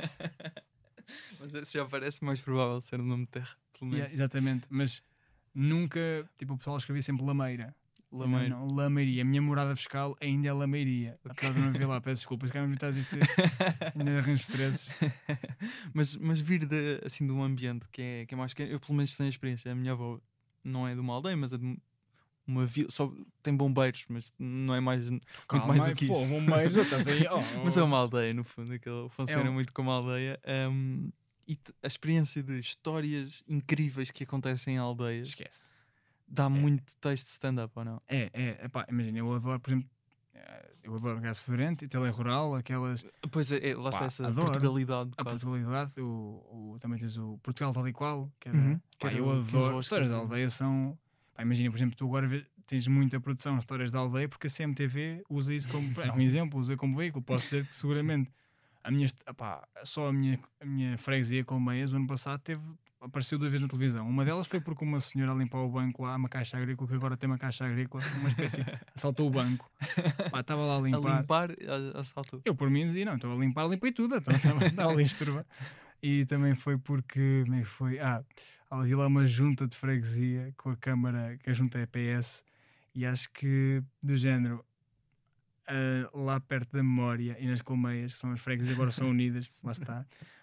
Mas esse já parece mais provável ser o nome de terra, pelo menos. Exatamente, mas nunca, tipo, o pessoal escrevia sempre Lameira. Não, Lameiria. A minha morada fiscal ainda é Lameiria. Apesar de não haver lá, peço desculpas, que não me estás a dizer, ainda arranjo stresses. mas vir assim de um ambiente que é mais pequeno, eu pelo menos tenho a experiência. A minha avó não é de uma aldeia, mas é de uma vila, só tem bombeiros, mas não é mais, muito mais do que isso. Bombeiros, estás aí, Mas é uma aldeia, no fundo, aquilo funciona muito como aldeia. E a experiência de histórias incríveis que acontecem em aldeias. Esquece. Dá muito texto de stand-up, ou não? Pá, imagina, eu adoro, por exemplo, eu adoro Gás Fedorento e Telerural, aquelas. Pois é, lá está essa Portugalidade. A Portugalidade, também tens o Portugal tal e qual, que é, que eu adoro. Histórias da aldeia são. Pá, imagina, por exemplo, tu agora tens muita produção de histórias da aldeia porque a CMTV usa isso como, é um exemplo, usa como veículo. Posso dizer que seguramente só a minha freguesia Colmeias, o ano passado, apareceu 2 vezes na televisão. Uma delas foi porque uma senhora a limpar o banco lá, uma caixa agrícola, que agora tem uma caixa agrícola, uma espécie, assaltou o banco. Pá, estava lá a A limpar. limpar, assaltou. Eu por mim dizia, não, estou a limpar, limpei tudo, então estava ali esturba. E também foi porque, como é que foi? Havia lá uma junta de freguesia com a Câmara, que a junta é PS, e acho que do género, lá perto da Memória e nas Colmeias, que são as freguesias agora são unidas, lá está,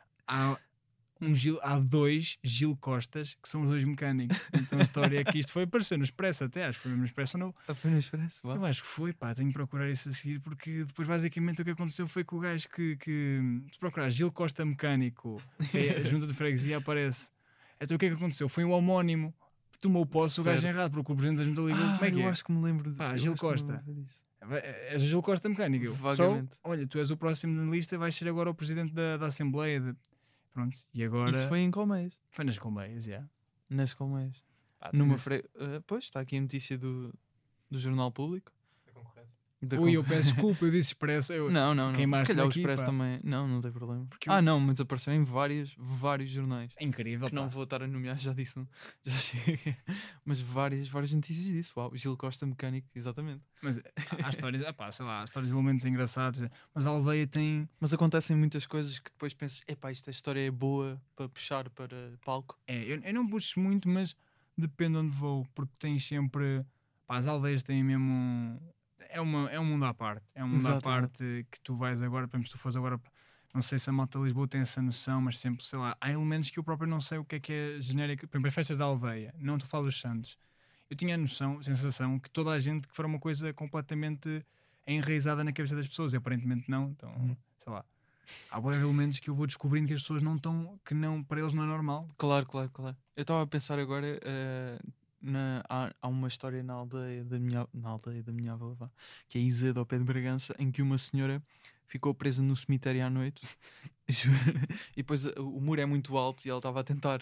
há 2 Gil Costas que são os 2 mecânicos. Então a história é que isto apareceu no Expresso, até acho que foi mesmo no Expresso ou não. Foi no Expresso? Eu acho que foi, pá, tenho que procurar isso a seguir, porque depois basicamente o que aconteceu foi que o gajo se procurar Gil Costa Mecânico, a junta de freguesia aparece. Então o que é que aconteceu? Foi um homónimo que tomou posse o gajo errado, porque o presidente da junta ligou. Como é que eu é? acho que me lembro Gil Costa. És o Gil Costa Mecânico. Vagamente. Olha, tu és o próximo na lista, vais ser agora o presidente da Assembleia. Pronto, e agora... Isso foi em Colmeias. Foi nas Colmeias, já. Nas Colmeias. Pois, está aqui a notícia do Jornal Público. Ui, eu peço desculpa, eu disse Expresso. Não. Se calhar o aqui, Expresso pá. também. Não tem problema. Porque não, mas apareceu em vários jornais. É incrível, Que não vou estar a nomear, já disse. Já chega. Mas várias notícias disso. Uau, Gil Costa Mecânico, exatamente. Mas há histórias, sei lá, há histórias de elementos engraçados. Mas a aldeia tem... Mas acontecem muitas coisas que depois pensas, esta história é boa para puxar para palco. Eu não puxo muito, mas depende onde vou. Porque tens sempre... as aldeias têm mesmo... É um mundo à parte. É um mundo à parte que tu vais agora, por exemplo, se tu fores agora, não sei se a malta de Lisboa tem essa noção, mas sempre, sei lá, há elementos que eu próprio não sei o que é genérico. Por exemplo, as festas da aldeia, não estou a falar dos santos. Eu tinha a sensação que toda a gente que foi uma coisa completamente enraizada na cabeça das pessoas, e aparentemente não. Então, sei lá, há vários elementos que eu vou descobrindo que as pessoas não estão, que não, para eles não é normal. Claro. Eu estava a pensar agora. Há uma história na aldeia da minha avó, que é Izedo, ao pé de Bragança, em que uma senhora ficou presa no cemitério à noite e depois o muro é muito alto e ela estava a tentar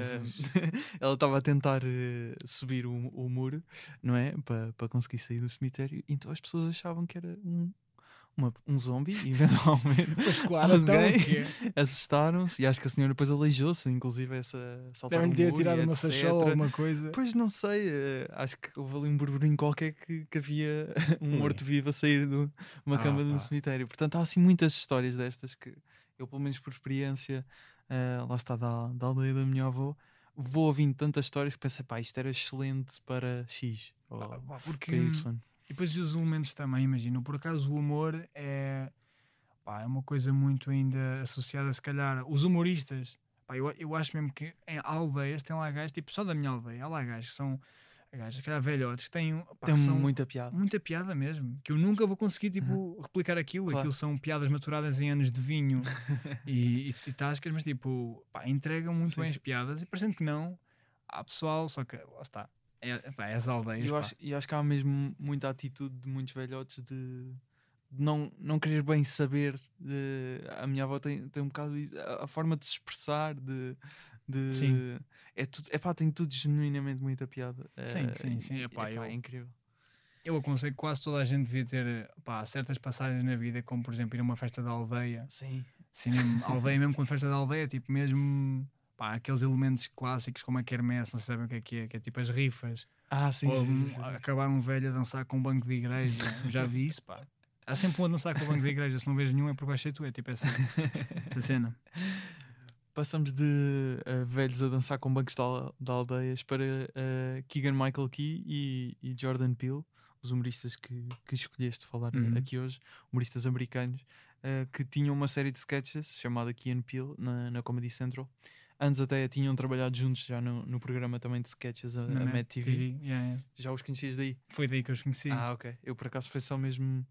subir o muro, não é? Para conseguir sair do cemitério. Então as pessoas achavam que era um zombie e eventualmente pois claro, assustaram-se e acho que a senhora depois aleijou-se, inclusive saltar devem ter tirado uma etc. sachola ou alguma coisa. Pois não sei, acho que houve ali um burburinho qualquer que havia um morto-vivo a sair de uma cama de um cemitério. Portanto há assim muitas histórias destas que eu, pelo menos por experiência, lá está da aldeia da minha avó, vou ouvindo tantas histórias que pensei, isto era excelente para X ou porque... para Y. E depois os elementos também, imagino, por acaso o humor é uma coisa muito ainda associada, se calhar, os humoristas, eu acho mesmo que em aldeias tem lá gajos, tipo só da minha aldeia, há lá gajos que são gajos, se calhar velhotes, que têm muita piada. Muita piada mesmo, que eu nunca vou conseguir replicar aquilo, claro. Aquilo são piadas maturadas em anos de vinho e tascas, mas entregam muito bem as piadas e parecendo que não, há pessoal, só que lá está. É as aldeias. Eu acho que há mesmo muita atitude de muitos velhotes de não querer bem saber. A minha avó tem um bocado a forma de se expressar, Sim. Tem tudo genuinamente muita piada. Sim. É incrível. Eu aconselho que quase toda a gente devia ter certas passagens na vida, como por exemplo ir a uma festa da aldeia. Sim. Mesmo, aldeia mesmo, quando festa da aldeia, tipo mesmo. Aqueles elementos clássicos como a quermesse, não sabem o que é tipo as rifas. Sim. Acabar um velho a dançar com um banco de igreja. Eu já vi isso, Há sempre um a dançar com o banco de igreja, se não vês nenhum é porque vais ser tu, é tipo essa cena. Passamos de velhos a dançar com bancos de aldeias para Keegan Michael Key e Jordan Peele, os humoristas que escolheste falar aqui hoje, humoristas americanos, que tinham uma série de sketches chamada Key and Peele na Comedy Central. Antes até tinham trabalhado juntos já no programa também de sketches a Mad TV. Yeah. Já os conhecias daí? Foi daí que eu os conheci. Ok. Eu por acaso foi só mesmo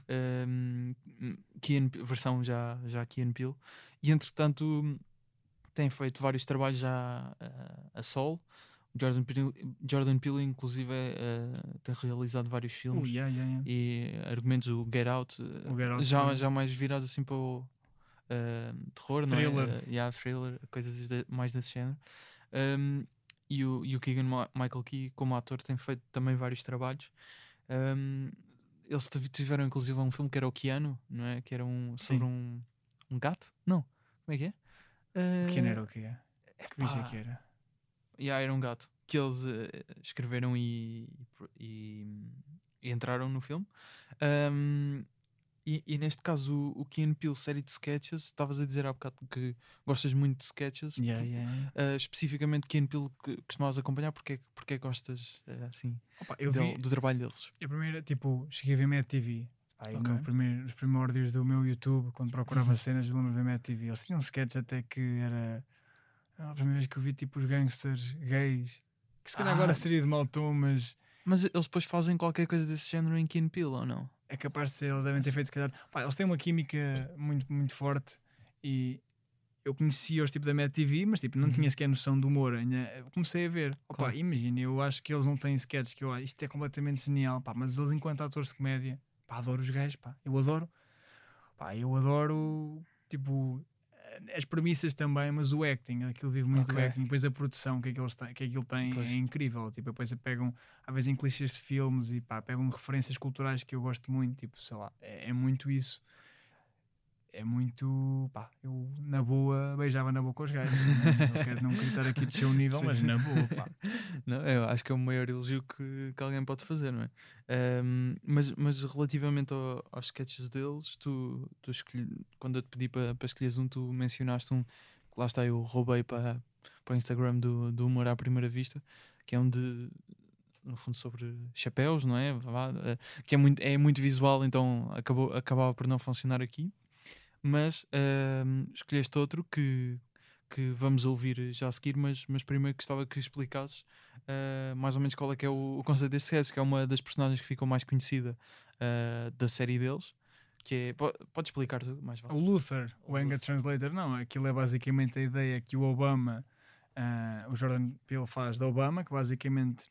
versão já Key and Peele. E entretanto tem feito vários trabalhos já a solo. Jordan Peele inclusive tem realizado vários filmes e argumentos, o Get Out, já mais virados assim para o thriller, thriller, coisas mais desse género. e o Keegan-Michael Key, como ator, tem feito também vários trabalhos. Eles tiveram inclusive um filme que era o Keanu, não é? Que era sobre um gato? Não, como é que é? O que era o que é? Que bicho é que era? Era um gato que eles escreveram e entraram no filme. E neste caso o Key and Peele série de sketches, estavas a dizer há bocado que gostas muito de sketches. Especificamente Key and Peele que costumavas acompanhar, porque gostas assim do trabalho deles? Eu primeiro cheguei a ver Mad TV. Nos primórdios do meu YouTube, quando procurava cenas, eu lembro de ver Mad TV. Eles tinham um sketch até que era a primeira vez que eu vi os gangsters gays, que se calhar agora seria de mau tom, mas eles depois fazem qualquer coisa desse género em Key and Peele, ou não? É capaz de ser, eles devem ter feito se calhar. Eles têm uma química muito, muito forte e eu conhecia-os da Mad TV, mas não tinha sequer noção do humor. Comecei a ver. Claro. Imagina, eu acho que eles não têm sketches que isto é completamente genial, mas eles enquanto atores de comédia, adoro os gajos, eu adoro. Eu adoro, as premissas também, mas o acting, aquilo vive muito do acting, depois a produção que aquilo tem é incrível. Depois pegam às vezes em clichês de filmes e pegam referências culturais que eu gosto muito, sei lá, é muito isso. É muito, eu na boa beijava na boca os gajos. Não quero não gritar aqui de seu nível, mas na boa, Não, eu acho que é o maior elogio que alguém pode fazer, não é? Mas relativamente aos sketches deles, tu quando eu te pedi para escolheres tu mencionaste que lá está, eu roubei para o Instagram do Humor à Primeira Vista, que é no fundo sobre chapéus, não é? Que é muito visual, então acabava por não funcionar aqui. Mas escolheste outro que vamos ouvir já a seguir, mas primeiro gostava que explicasses mais ou menos qual é que é o conceito deste sketch, que é uma das personagens que ficou mais conhecida da série deles, que é... Pode explicar tu, mais vale. O Luther, o Anger Translator, não, aquilo é basicamente a ideia que o Obama, o Jordan Peele faz da Obama, que basicamente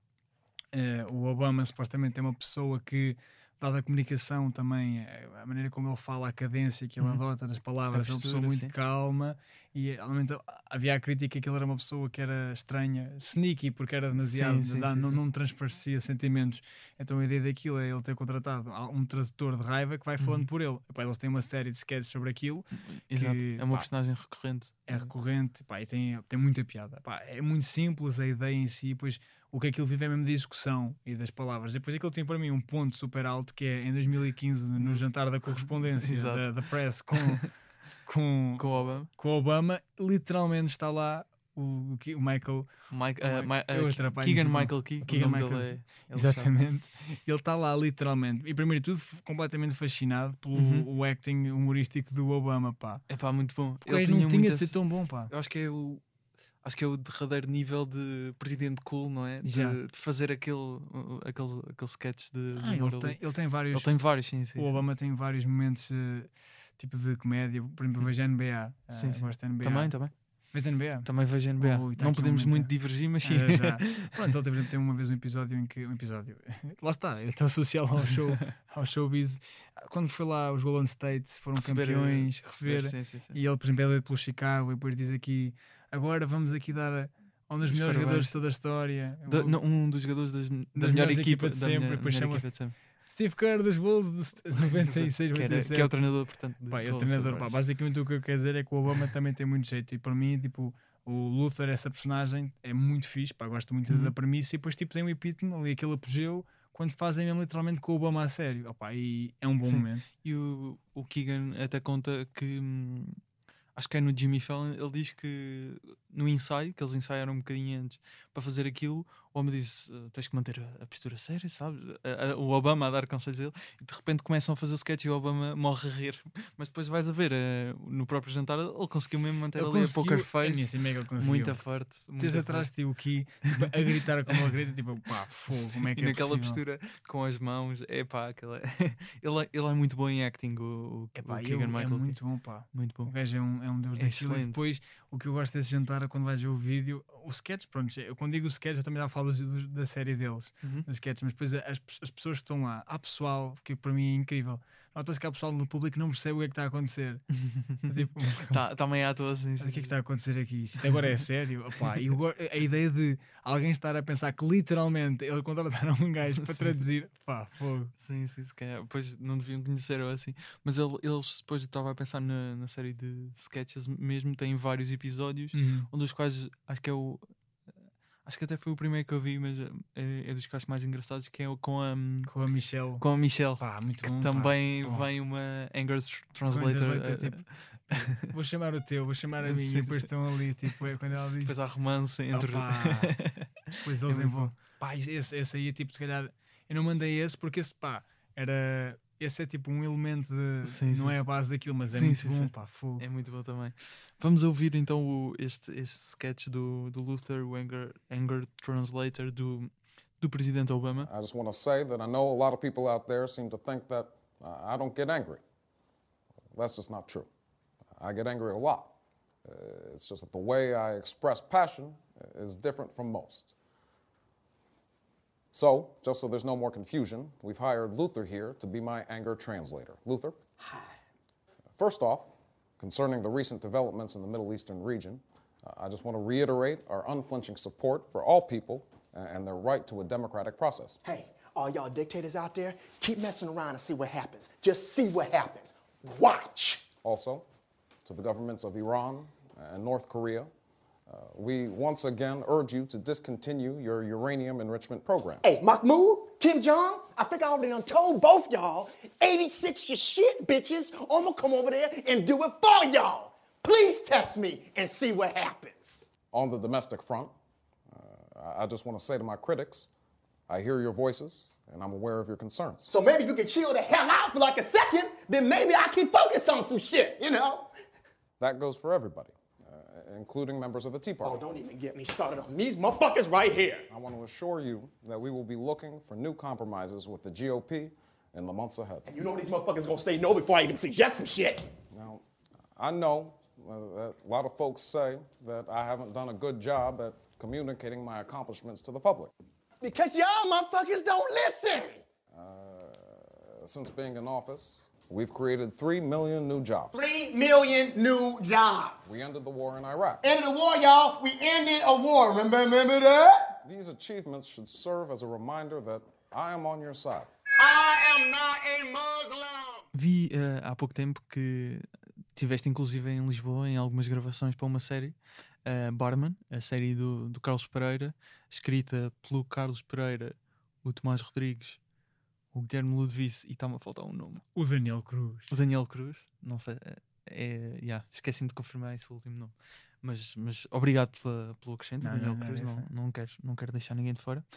o Obama supostamente é uma pessoa que, dada a comunicação também, a maneira como ele fala, a cadência que ele adota nas palavras, é uma pessoa muito calma, e realmente havia a crítica que ele era uma pessoa que era estranha, sneaky, porque era demasiado, não transparecia sentimentos. Então a ideia daquilo é ele ter contratado um tradutor de raiva que vai falando por ele. Eles têm uma série de sketches sobre aquilo. Exato. É uma personagem recorrente. É recorrente, e tem muita piada. É muito simples a ideia em si, pois o que aquilo vive é mesmo de execução e das palavras. Depois aquilo tem para mim um ponto super alto, que é em 2015, no jantar da correspondência da Press com o Obama, literalmente está lá o Michael Keegan-Michael Key, exatamente, ele está lá literalmente, e primeiro de tudo completamente fascinado pelo acting humorístico do Obama, muito bom. Ele não tinha de ser tão bom, eu acho que é o derradeiro nível de presidente cool, não é? De fazer aquele sketch de ele tem vários. Ele tem vários, sim. O Obama tem vários momentos de comédia. Por exemplo, vejo a NBA. Gosto da NBA. Também. Vês a NBA? Também vejo a NBA. Não podemos muito divergir, mas sim. Pronto, ele tem uma vez um episódio em que... Lá está, eu estou associado ao showbiz. Quando foi lá os Golden State foram campeões, receber. E ele, por exemplo, é eleito pelo Chicago e depois diz aqui: agora vamos aqui dar a um dos melhores jogadores de toda a história. Um dos jogadores da melhor equipa de sempre. Depois chama-se Steve Kerr dos Bulls de 96, que é o treinador, portanto. É o treinador. Basicamente o que eu quero dizer é que o Obama também tem muito jeito. E para mim, o Luther, essa personagem, é muito fixe. Gosto muito da premissa. E depois tem um epítome ali, aquele apogeu, quando fazem mesmo literalmente com o Obama a sério. E é um bom momento. E o Keegan até conta que... acho que é no Jimmy Fallon, ele diz que no ensaio, que eles ensaiaram um bocadinho antes para fazer aquilo, o homem disse: tens que manter a postura séria, sabes? O Obama a dar conselhos a ele, e de repente começam a fazer o sketch e o Obama morre a rir. Mas depois vais a ver, no próprio jantar, ele conseguiu mesmo manter ali a poker face, muito forte. Desde atrás de o Key a gritar como ele grita, fogo, como é que e naquela postura com as mãos, ele é muito bom em acting, o Keegan-Michael. É muito bom, Muito bom. O gajo é um deus daquilo. E depois, o que eu gosto desse jantar clara quando vais ver o vídeo. O sketch, pronto, eu quando digo o sketch, eu também já falo da série deles, dos sketches, mas depois as pessoas que estão lá, há pessoal que para mim é incrível. Nota-se que há pessoal no público que não percebe o que é que está a acontecer. Tipo, Tá meio à toa assim. o que é que está a acontecer aqui? Isto agora é sério? Opá, e a ideia de alguém estar a pensar que literalmente ele contrataram um gajo para traduzir, pá, fogo. Sim, se calhar. Pois não deviam conhecer ou assim. Mas eles depois, eu estava a pensar na série de sketches mesmo, tem vários episódios, um dos quais acho que é o. Acho que até foi o primeiro que eu vi, mas é dos que acho mais engraçados, que é com a Michelle. Com a Michelle. Pá, muito que bom. Também vem uma Anger Translator. Tipo, vou chamar o teu, vou chamar a minha, e depois estão ali, tipo, quando ela diz. Depois há romance entre. Depois eles vão. Pá, esse aí, tipo, se calhar. Eu não mandei esse porque esse, pá, era. Esse é tipo um elemento de. Não é a base daquilo, mas é muito bom, pá, fogo. É muito bom também. Vamos ouvir então este sketch do Luther, o Anger Translator do presidente Obama. I just want to say that I know a lot of people out there seem to think that I don't get angry. That's just not true. I get angry a lot. It's just that the way I express passion is different from most. So, just so there's no more confusion, we've hired Luther here to be my anger translator. Luther? Hi. First off, concerning the recent developments in the Middle Eastern region, I just want to reiterate our unflinching support for all people and their right to a democratic process. Hey, all y'all dictators out there, keep messing around and see what happens. Just see what happens. Watch! Also, to the governments of Iran and North Korea, we once again urge you to discontinue your uranium enrichment program. Hey, Mahmoud, Kim Jong, I think I already done told both y'all, 86 your shit, bitches. I'm gonna come over there and do it for y'all. Please test me and see what happens. On the domestic front, I just want to say to my critics, I hear your voices and I'm aware of your concerns. So maybe if you can chill the hell out for like a second, then maybe I can focus on some shit, you know? That goes for everybody, including members of the Tea Party. Oh, don't even get me started on these motherfuckers right here. I want to assure you that we will be looking for new compromises with the GOP in the months ahead. And you know these motherfuckers gonna say no before I even suggest some shit. Now, I know that a lot of folks say that I haven't done a good job at communicating my accomplishments to the public. Because y'all motherfuckers don't listen. Since being in office, we've created 3 million new jobs. 3 million new jobs. We ended the war in Iraq. Ended the war, y'all. We ended a war. Remember that? These achievements should serve as a reminder that I am on your side. I am not a Muslim. Vi há pouco tempo que estiveste inclusive em Lisboa em algumas gravações para uma série, Barman, a série do Carlos Pereira, escrita pelo Carlos Pereira, o Tomás Rodrigues, o Guilherme Ludovice e está-me a faltar um nome. O Daniel Cruz. O Daniel Cruz, não sei, esqueci-me de confirmar esse último nome. Mas obrigado pelo acrescento, Daniel Cruz, não quero deixar ninguém de fora.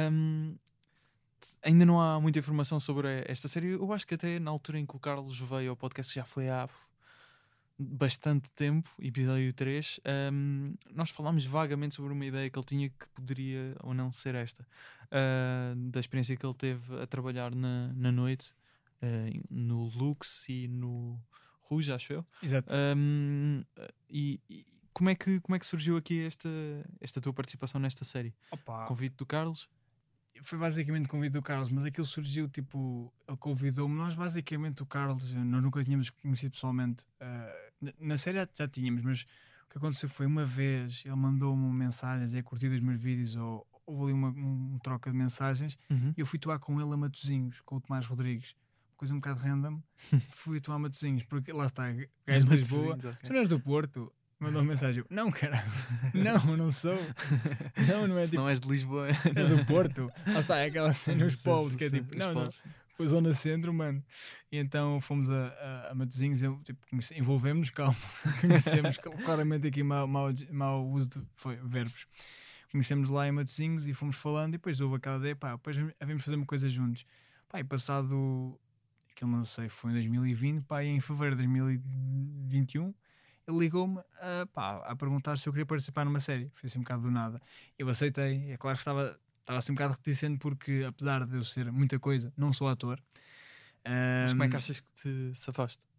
Ainda não há muita informação sobre esta série. Eu acho que até na altura em que o Carlos veio ao podcast já foi há bastante tempo, episódio 3, nós falámos vagamente sobre uma ideia que ele tinha que poderia ou não ser esta, da experiência que ele teve a trabalhar na noite, no Lux e no Rouge, acho eu. Exato. E como é que surgiu aqui esta tua participação nesta série? Opa. Convite do Carlos? Foi basicamente convite do Carlos, mas aquilo surgiu, tipo, ele convidou-me. Nós basicamente, o Carlos, nós nunca tínhamos conhecido pessoalmente. Na série já tínhamos, mas o que aconteceu foi uma vez ele mandou-me uma mensagem a dizer curtir os meus vídeos, ou houve ali uma troca de mensagens, e eu fui atuar com ele a Matosinhos, com o Tomás Rodrigues. Coisa um bocado random. Fui atuar a Matosinhos, porque lá está, gajo de Lisboa. Okay. Tu não és do Porto? Mandou uma mensagem. Não, caralho. Não sou. Não é tipo. Não és de Lisboa. És do Porto. Lá está, é aquela cena, os polos, que é tipo. Não. A zona centro, mano. E então fomos a Matosinhos, tipo, envolvemos, calma. Conhecemos claramente aqui mau uso de verbos. Conhecemos lá em Matosinhos e fomos falando, e depois houve aquela ideia, depois havíamos fazer uma coisa juntos. E passado, aquilo não sei, foi em 2020, e em fevereiro de 2021. Ele ligou-me a perguntar se eu queria participar numa série. Foi assim um bocado do nada. Eu aceitei. É claro que estava assim um bocado reticente, porque apesar de eu ser muita coisa, não sou ator. Mas como é que achas que te safaste?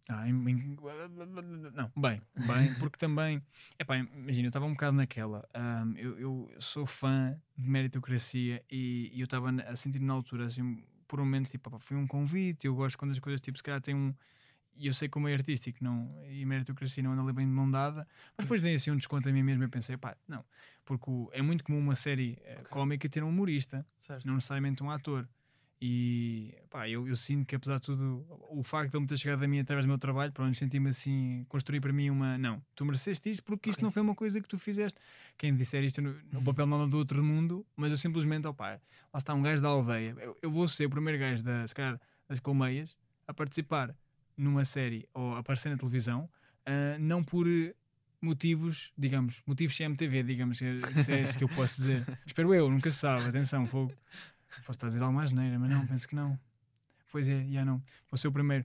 Não, bem, porque também, imagina, eu estava um bocado naquela, eu sou fã de meritocracia e eu estava a sentir na altura, assim, por um momento, tipo, foi um convite, eu gosto quando as coisas, tipo, se calhar tem um, e eu sei como é artístico, não, e meritocracia não anda ali bem de mão dada, mas depois dei assim um desconto a mim mesmo e pensei, não, porque é muito comum uma série cómica ter um humorista, Certo. não necessariamente um ator. E eu sinto que, apesar de tudo, o facto de ele me ter chegado a mim através do meu trabalho, pronto, senti-me assim, construir para mim não, tu mereceste isto porque isto não foi uma coisa que tu fizeste. Quem disser isto no papel não é do outro mundo, mas eu simplesmente, lá está um gajo da aldeia, eu vou ser o primeiro gajo se calhar, das colmeias a participar numa série ou a aparecer na televisão, não por motivos, digamos, motivos CMTV, digamos, se é isso que eu posso dizer. Espero eu, nunca se sabe, atenção, fogo. Posso estar a dizer alguma asneira, mas não, penso que não. Pois é, já não. Vou ser o primeiro.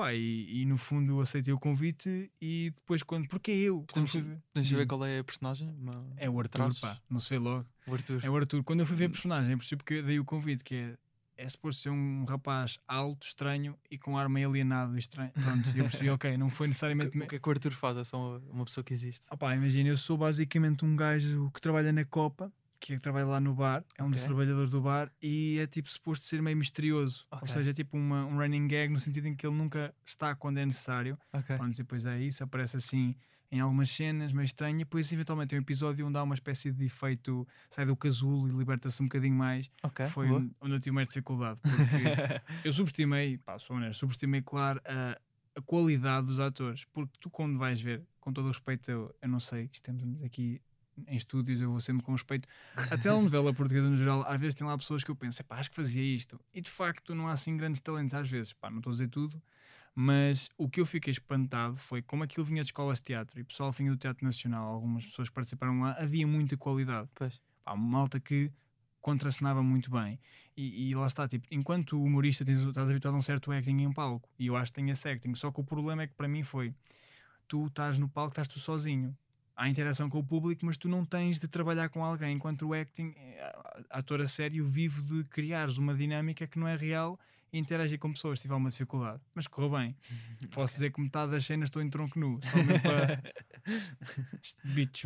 E no fundo aceitei o convite e depois porque eu? Podemos ver qual é a personagem? É o Arthur, não se vê logo. O Arthur. É o Arthur. Quando eu fui ver a personagem, percebi porque dei o convite, que é suposto ser um rapaz alto, estranho e com ar meio alienado e estranho. Pronto, eu percebi, ok, não foi necessariamente... O que é que o Arthur faz? É só uma pessoa que existe. Imagina, eu sou basicamente um gajo que trabalha na Copa, que trabalha lá no bar, é um dos trabalhadores do bar e é tipo suposto ser meio misterioso, ou seja, é tipo um running gag no sentido em que ele nunca está quando é necessário. Pronto, e depois é isso, aparece assim em algumas cenas meio estranho, e depois eventualmente tem um episódio onde há uma espécie de efeito, sai do casulo e liberta-se um bocadinho mais. Foi onde eu tive mais dificuldade, porque eu subestimei, sou honesto, subestimei, claro, a qualidade dos atores, porque tu quando vais ver, com todo o respeito, eu não sei, estamos aqui em estúdios, eu vou sempre com respeito. A telenovela portuguesa no geral, às vezes tem lá pessoas que eu penso, acho que fazia isto, e de facto não há assim grandes talentos às vezes, não estou a dizer tudo, mas o que eu fiquei espantado foi como aquilo vinha de escolas de teatro e o pessoal vinha do Teatro Nacional, algumas pessoas que participaram lá, havia muita qualidade. Uma malta que contracenava muito bem e lá está, tipo, enquanto humorista estás habituado a um certo acting em palco, e eu acho que tem esse acting, só que o problema é que para mim foi, tu estás no palco, estás tu sozinho, há interação com o público, mas tu não tens de trabalhar com alguém, enquanto o acting, ator a sério, vive de criares uma dinâmica que não é real e interagir com pessoas se tiver uma dificuldade. Mas correu bem. Posso dizer que metade das cenas estou em tronco nu, só mesmo para este bicho.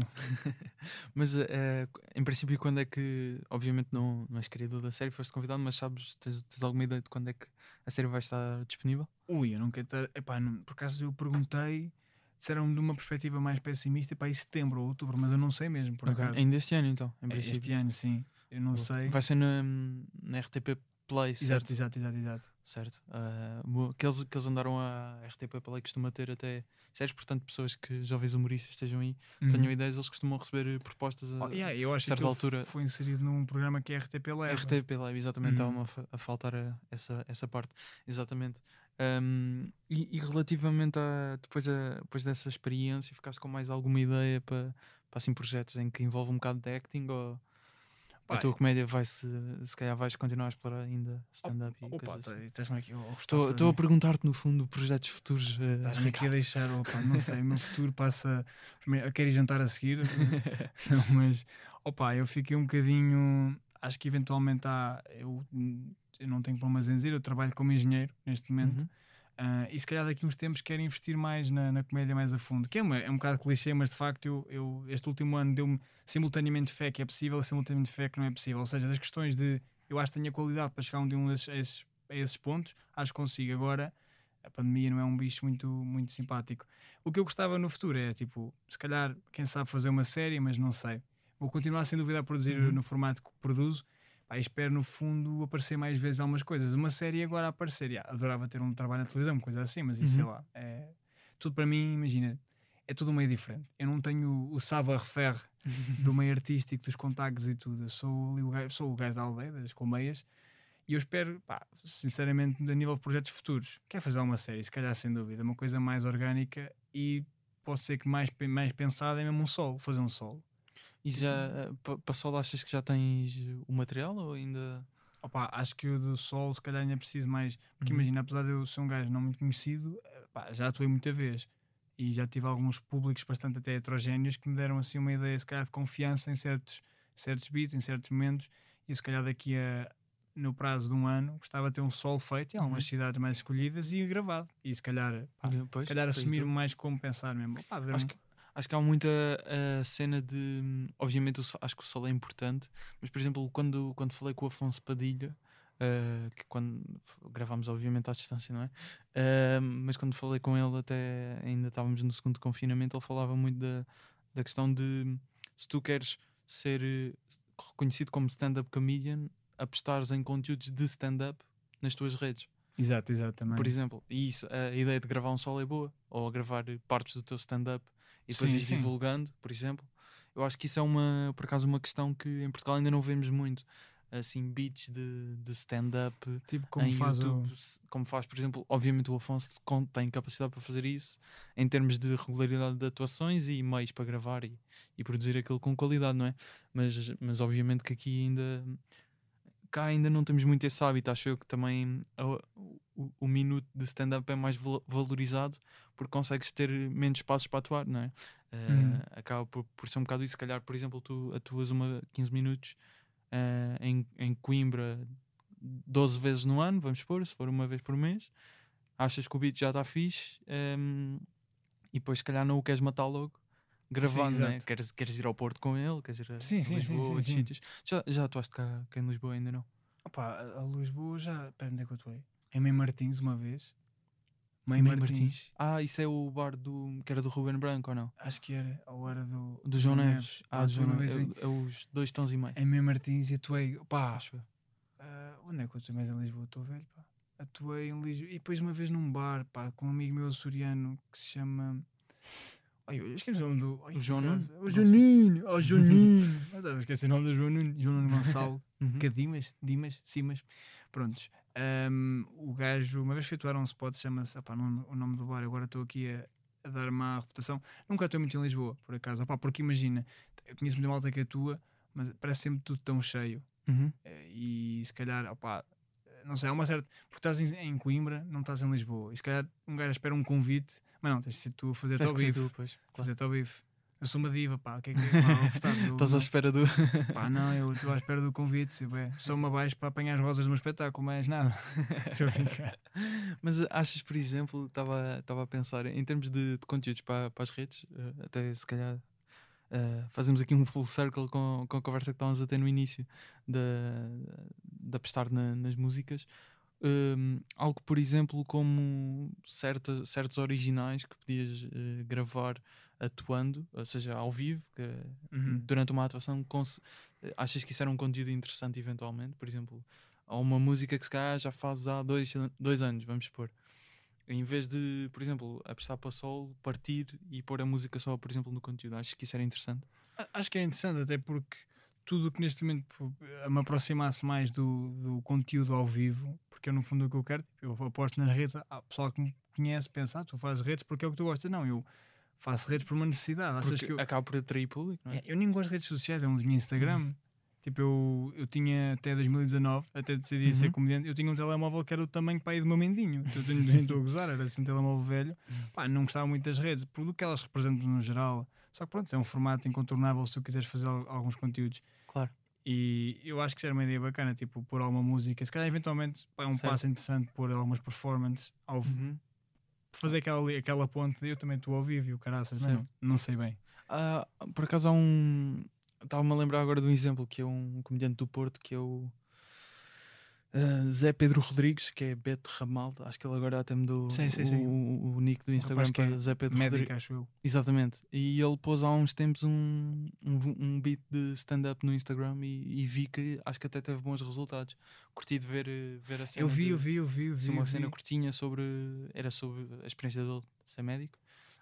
Mas em princípio, quando é que, obviamente não és criador da série, foste convidado, mas sabes, tens alguma ideia de quando é que a série vai estar disponível? Eu não quero estar, por acaso eu perguntei, disseram-me de uma perspectiva mais pessimista para setembro ou outubro, mas eu não sei mesmo, por acaso. Ainda este ano, então, em princípio. Este ano, sim. Eu não sei. Vai ser na RTP Play, certo? Exato. Certo. Que eles andaram a RTP Play costuma ter até séries, portanto, pessoas que jovens humoristas estejam aí, tenham ideias, eles costumam receber propostas eu acho certa que altura. Foi inserido num programa que é RTP Leve. RTP Leve, exatamente, estava a faltar essa parte. Exatamente. E relativamente depois dessa experiência, ficaste com mais alguma ideia para assim, projetos em que envolve um bocado de acting, ou a tua comédia se calhar vais continuar a explorar ainda stand-up e coisas assim? Estou a perguntar-te no fundo projetos futuros. Estás-me aqui a deixar, não sei, o meu futuro passa primeiro, quero ir jantar a seguir. Não, mas eu fiquei um bocadinho, acho que eventualmente eu não tenho problemas em dizer, eu trabalho como engenheiro neste momento. E se calhar daqui a uns tempos quero investir mais na comédia mais a fundo, que é um bocado clichê, mas de facto eu este último ano deu-me simultaneamente fé que é possível e simultaneamente fé que não é possível, ou seja, das questões de eu acho que tenho a qualidade para chegar a esses pontos, acho que consigo. Agora a pandemia não é um bicho muito simpático. O que eu gostava no futuro é tipo, se calhar, quem sabe fazer uma série, mas não sei, vou continuar sem dúvida a produzir no formato que produzo. Espero no fundo aparecer mais vezes algumas coisas. Uma série agora a aparecer, adorava ter um trabalho na televisão, uma coisa assim, mas isso sei lá, tudo para mim, imagina, é tudo meio diferente. Eu não tenho o savoir-faire do meio artístico, dos contactos e tudo. Eu sou o gajo da aldeia, das colmeias, e eu espero, sinceramente, a nível de projetos futuros, quero fazer uma série, se calhar sem dúvida, uma coisa mais orgânica, e posso ser que mais pensada é mesmo fazer um solo. E já para solo achas que já tens o material ou ainda? Acho que o do solo se calhar ainda preciso mais, porque imagina, apesar de eu ser um gajo não muito conhecido, já atuei muita vez e já tive alguns públicos bastante até heterogéneos que me deram assim uma ideia se calhar de confiança em certos beats, em certos momentos, e eu, se calhar daqui a no prazo de um ano, gostava de ter um solo feito em algumas cidades mais escolhidas e gravado. E se calhar, Pois, assumir mais como pensar mesmo. Pá, ver acho que há muita cena de. Obviamente, acho que o solo é importante, mas por exemplo, quando falei com o Afonso Padilha, que quando gravámos, obviamente, à distância, não é? Mas quando falei com ele, até ainda estávamos no segundo confinamento, ele falava muito da questão de se tu queres ser reconhecido como stand-up comedian, apostares em conteúdos de stand-up nas tuas redes. Exato, também. Por exemplo, e isso, a ideia de gravar um solo é boa, ou a gravar partes do teu stand-up e depois ires divulgando, por exemplo. Eu acho que isso é por acaso uma questão que em Portugal ainda não vemos muito. Assim, beats de stand-up tipo como em faz YouTube, como faz, por exemplo, obviamente o Afonso tem capacidade para fazer isso em termos de regularidade de atuações e meios para gravar e produzir aquilo com qualidade, não é? Mas obviamente que aqui cá ainda não temos muito esse hábito. Acho eu que também o minuto de stand-up é mais valorizado porque consegues ter menos espaços para atuar, não é? Acaba por ser um bocado isso. Se calhar, por exemplo, tu atuas 15 minutos em Coimbra 12 vezes no ano, vamos supor, se for uma vez por mês, achas que o beat já está fixe, e depois se calhar não o queres matar logo gravando, né? Queres ir ao Porto com ele, queres ir a Lisboa, outros sítios. Já atuaste cá em Lisboa ainda não? Opa, a Lisboa já. Espera, onde é que eu atuei? Em Mãe Martins uma vez. Mãe Martins. Isso é o bar que era do Ruben Branco ou não? Acho que era, ou era do João Neves. Do João Neves. É os 2 tons e meio. Em Mãe Martins e atuei. Pá, onde é que eu atuei mais em Lisboa? Estou velho, pá. Atuei em Lisboa. E depois uma vez num bar, pá, com um amigo meu açoriano que se chama. Ai, eu esqueci o nome do. O João Nuno? O Juninho! O Juninho! Mas eu esqueci o nome do João Nuno Gonçalo. Que é Dimas, Simas. Prontos. O gajo, uma vez feituaram um spot, chama-se. O nome do bar, agora estou aqui a dar má reputação. Nunca estou muito em Lisboa, por acaso. Opá, porque imagina, eu conheço muita malta que atua, mas parece sempre tudo tão cheio. E se calhar, opá, não sei, há uma certa. Porque estás em Coimbra, não estás em Lisboa. E se calhar um gajo espera um convite, mas não, tens de ser tu a fazer-te ao bife. Fazer-te ao bife. Eu sou uma diva, pá. O que é que estás à espera do. Pá, não, eu estou à espera do convite. Sou uma baixo para apanhar as rosas do meu espetáculo, mais nada. Estou a brincar. Mas achas, por exemplo, estava a pensar em termos de conteúdos para as redes, até se calhar. Fazemos aqui um full circle com a conversa que estávamos a ter no início de apostar nas músicas. Algo, por exemplo, como certos originais que podias gravar atuando, ou seja, ao vivo, durante uma atuação. Achas que isso era um conteúdo interessante eventualmente? Por exemplo, há uma música que se calhar já fazes há 2 anos, vamos supor. Em vez de, por exemplo, apostar para o solo, partir e pôr a música só, por exemplo, no conteúdo. Acho que isso era interessante. Acho que é interessante, até porque tudo o que neste momento me aproximasse mais do conteúdo ao vivo, porque é no fundo o que eu quero. Eu aposto nas redes, o pessoal que me conhece pensa, tu fazes redes porque é o que tu gostas. Não, eu faço redes por uma necessidade. Porque acaba por atrair público, não é? Eu nem gosto de redes sociais, eu não tinha Instagram. Tipo, eu tinha até 2019, até decidi ser comediante, eu tinha um telemóvel que era do tamanho pai do meu mendinho. Estou a gozar, era assim um telemóvel velho. Pá, não gostava muito das redes, por do que elas representam no geral. Só que pronto, é um formato incontornável se tu quiseres fazer alguns conteúdos. Claro. E eu acho que isso era uma ideia bacana, tipo, pôr alguma música. Se calhar, eventualmente, é um passo interessante pôr algumas performances ao vivo. Fazer aquela ponte de eu também estou ao vivo e o caraças, não sei bem. Por acaso há estava-me a lembrar agora de um exemplo que é um comediante do Porto, que é o Zé Pedro Rodrigues, que é Beto Ramalho. Acho que ele agora até mudou o nick do Instagram para Zé Pedro Rodrigues. Acho eu. Exatamente. E ele pôs há uns tempos um beat de stand-up no Instagram e vi que acho que até teve bons resultados. Curti de ver a cena. Eu vi. Uma cena curtinha era sobre a experiência dele de ser médico.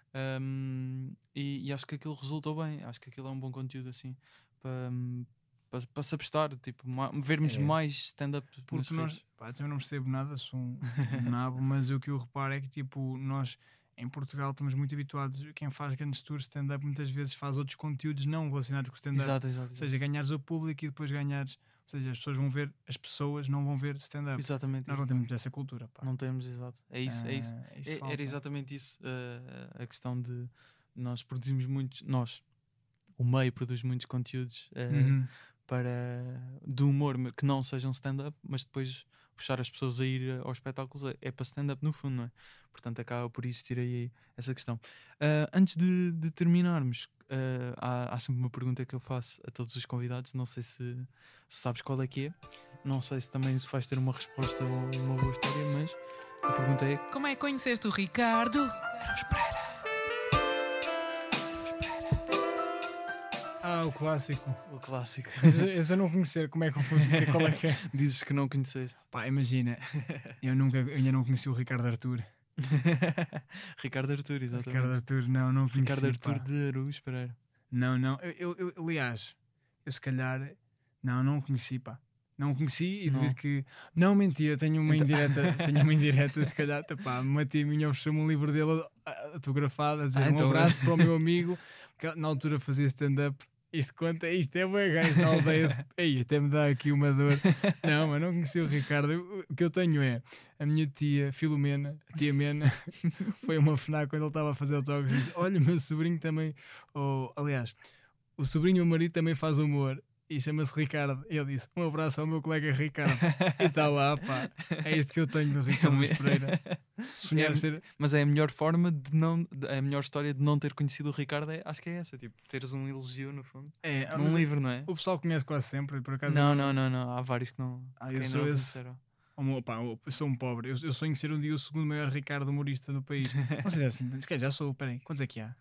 E acho que aquilo resultou bem. Acho que aquilo é um bom conteúdo assim para se apostar, tipo, vermos mais stand-up. Porque nós, eu não percebo nada, sou um nabo, mas o que eu reparo é que tipo, nós em Portugal estamos muito habituados, quem faz grandes tours stand-up muitas vezes faz outros conteúdos não relacionados com stand-up. Exato. Ou seja, ganhares o público e depois ganhares, ou seja, as pessoas não vão ver stand-up. Exatamente. Nós não temos essa cultura, pá. Não temos, exato. É isso. Era exatamente isso, a questão de nós produzimos muitos, o meio produz muitos conteúdos de humor que não sejam stand-up, mas depois puxar as pessoas a ir aos espetáculos é para stand-up no fundo, não é? Portanto acaba por existir aí essa questão. Antes de terminarmos, há sempre uma pergunta que eu faço a todos os convidados, não sei se sabes qual é que é, não sei se também se vais ter uma resposta ou uma boa história, mas a pergunta é: como é que conheceste o Ricardo? O clássico. o clássico. Eu só não conhecer como é que eu fosse, qual é que é. Dizes que não conheceste. Pá, imagina, eu ainda não conheci o Ricardo Artur. Ricardo Artur, exatamente. Ricardo Artur, não conheci. Ricardo Artur pá. de Araújo Pereira. Não, aliás, eu se calhar, não conheci, pá. Não conheci e duvido que... Não, mentira, tenho uma indireta, se calhar, pá, uma tia minha ofereceu-me um livro dele autografado, a dizer então um abraço para o meu amigo, que na altura fazia stand-up. Isto conta, isto é bem gajo na aldeia. Ei, até me dá aqui uma dor. Não, mas não conheci o Ricardo. O que eu tenho é a minha tia Filomena, a tia Mena, foi uma FNAC quando ele estava a fazer autógrafos e disse: olha, o meu sobrinho também, aliás, o sobrinho e o marido também faz humor e chama-se Ricardo. E ele disse: um abraço ao meu colega Ricardo. E está lá, pá. É isto que eu tenho do Ricardo Pereira. Sonhar ser... Mas é a melhor forma de não... A melhor história de não ter conhecido o Ricardo acho que é essa, tipo, teres um elogio no fundo. Num livro, não é? O pessoal conhece quase sempre, por acaso. Não. Há vários que não. Eu sou esse. Eu sou um pobre. Eu sonho ser um dia o segundo maior Ricardo humorista do país. Não sei se é assim. Se calhar já sou. Peraí, quantos é que há?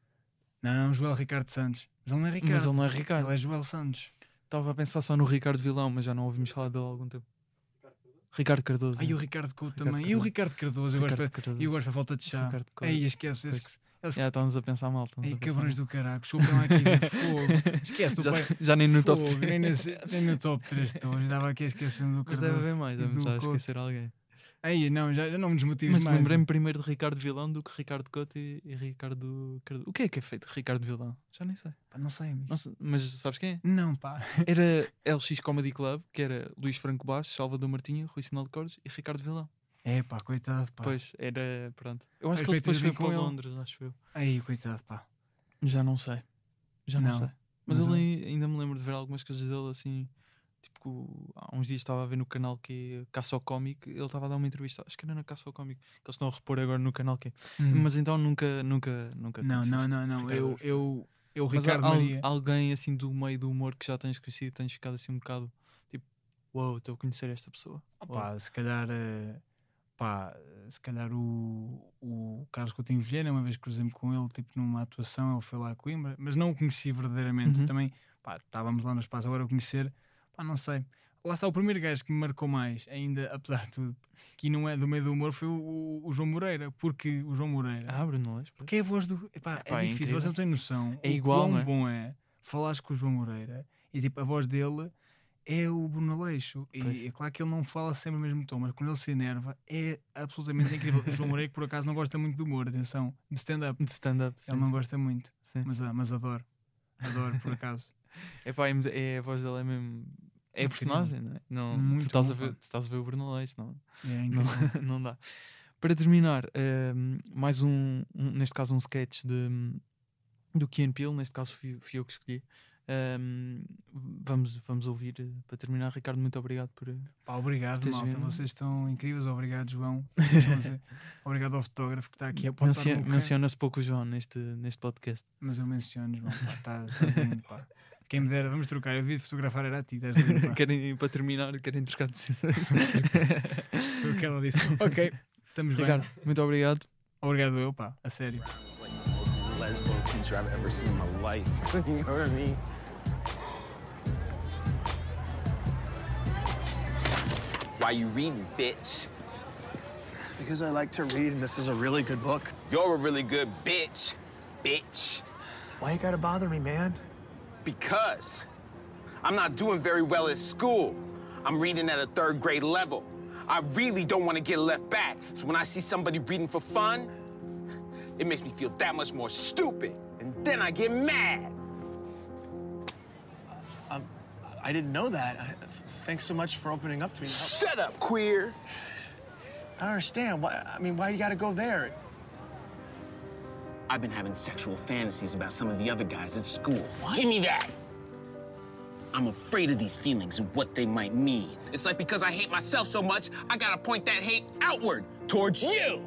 Não, Joel Ricardo Santos. Mas ele não é Ricardo. Mas ele não é Ricardo. Ele é Joel Santos. Estava a pensar só no Ricardo Vilão, mas já não ouvimos falar dele há algum tempo. Ricardo Cardoso. E o Ricardo Couto também. E o Ricardo Cardoso. Eu gosto da falta de chá. Aí esquece. Já estamos a pensar mal. Ei, cabrões do caraco. Desculpem lá aqui de fogo. Esquece do pai. Já nem no top 3. Nem no top 3 estou. Estava aqui esquecendo do Cardoso. Mas deve haver mais. Deve estar a esquecer alguém. Aí não, já não me desmotives mais. Mas lembrei-me primeiro de Ricardo Vilão do que Ricardo Couto e Ricardo Cardoso. O que é feito Ricardo Vilão? Já nem sei. Pá, não sei, amigo. Mas sabes quem é? Não, pá. Era LX Comedy Club, que era Luís Franco Baixo, Salvador Martinha, Rui Sinal de Cordes e Ricardo Vilão. É pá, coitado, pá. Pois, era, pronto. Eu acho que ele depois foi para Londres, acho eu. Aí, coitado, pá. Já não sei. Não sei. Mas ele ainda me lembro de ver algumas coisas dele assim... Tipo, há uns dias estava a ver no canal que é Caça ao Cómic, ele estava a dar uma entrevista, acho que era na Caça ao Cómic, que eles estão a repor agora no canal que é. Mas então nunca Não. Eu Ricardo Maria. Alguém assim do meio do humor que já tens conhecido, tens ficado assim um bocado tipo, uau, estou a conhecer esta pessoa. Pá, se calhar o Carlos Coutinho Vilhena, uma vez cruzei-me com ele, tipo numa atuação, ele foi lá a Coimbra, mas não o conheci verdadeiramente. Também, pá, estávamos lá no espaço, agora o conhecer. Pá, não sei. Lá está, o primeiro gajo que me marcou mais, ainda, apesar de tudo, que não é do meio do humor, foi o João Moreira. Porque o João Moreira... Bruno Leix. Porque é a voz do... é difícil, você não tem noção. É igual, não é? Bom é falares com o João Moreira e tipo, a voz dele é o Bruno Leixo. E é claro que ele não fala sempre o mesmo tom, mas quando ele se enerva é absolutamente incrível. O João Moreira, que por acaso não gosta muito de humor, atenção, de stand-up. Ele não gosta muito, sim. Mas adoro. Adoro, por acaso. A voz dele é mesmo... É a personagem, não é? Tu estás a ver o Bruno Leix, não? Não dá. Para terminar, mais neste caso um sketch do Key & Peele, neste caso fui eu que escolhi. Vamos ouvir para terminar. Ricardo, muito obrigado por... obrigado, malta, vindo. vocês estão incríveis. Obrigado, João. Obrigado ao fotógrafo que está aqui a menciona-se pouco o João neste podcast. Mas eu menciono, João, estás lindo, pá. Quem me dera, vamos trocar. Eu devia fotografar, era a ti, estás lindo, pá. Para terminar, querem trocar de decisões. Foi o que ela disse. Ok, estamos Ricardo, bem. muito obrigado. Obrigado eu, pá, a sério. Lesbo teacher I've ever seen in my life. You know what I mean? Why you reading, bitch? Because I like to read, and this is a really good book. You're a really good bitch, bitch. Why you gotta bother me, man? Because I'm not doing very well at school. I'm reading at a 3rd grade level. I really don't want to get left back. So when I see somebody reading for fun, it makes me feel that much more stupid. And then I get mad. I didn't know that. Thanks so much for opening up to me. Shut up, queer. I don't understand. Why you gotta go there? I've been having sexual fantasies about some of the other guys at school. What? Give me that. I'm afraid of these feelings and what they might mean. It's like because I hate myself so much, I gotta point that hate outward, towards you.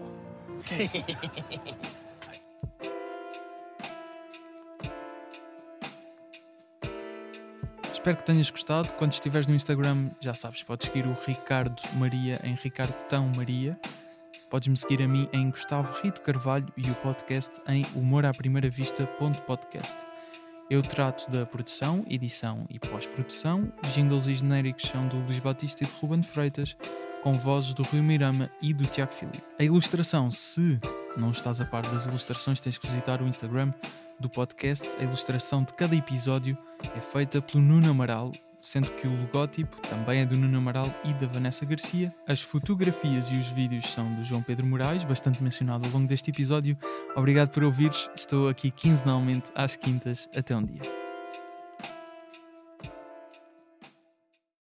Espero que tenhas gostado. Quando estiveres no Instagram, já sabes, podes seguir o Ricardo Maria em Ricardo Tão Maria. Podes-me seguir a mim em Gustavo Rito Carvalho e o podcast em humoraprimeiravista.podcast. Eu trato da produção, edição e pós-produção. Jingles e genéricos são do Luís Batista e de Ruben Freitas, com vozes do Rui Mirama e do Tiago Filipe. A ilustração, se não estás a par das ilustrações, tens que visitar o Instagram do podcast. A ilustração de cada episódio é feita pelo Nuno Amaral, sendo que o logótipo também é do Nuno Amaral e da Vanessa Garcia. As fotografias e os vídeos são do João Pedro Moraes, bastante mencionado ao longo deste episódio. Obrigado por ouvires, estou aqui quinzenalmente às quintas. Até um dia.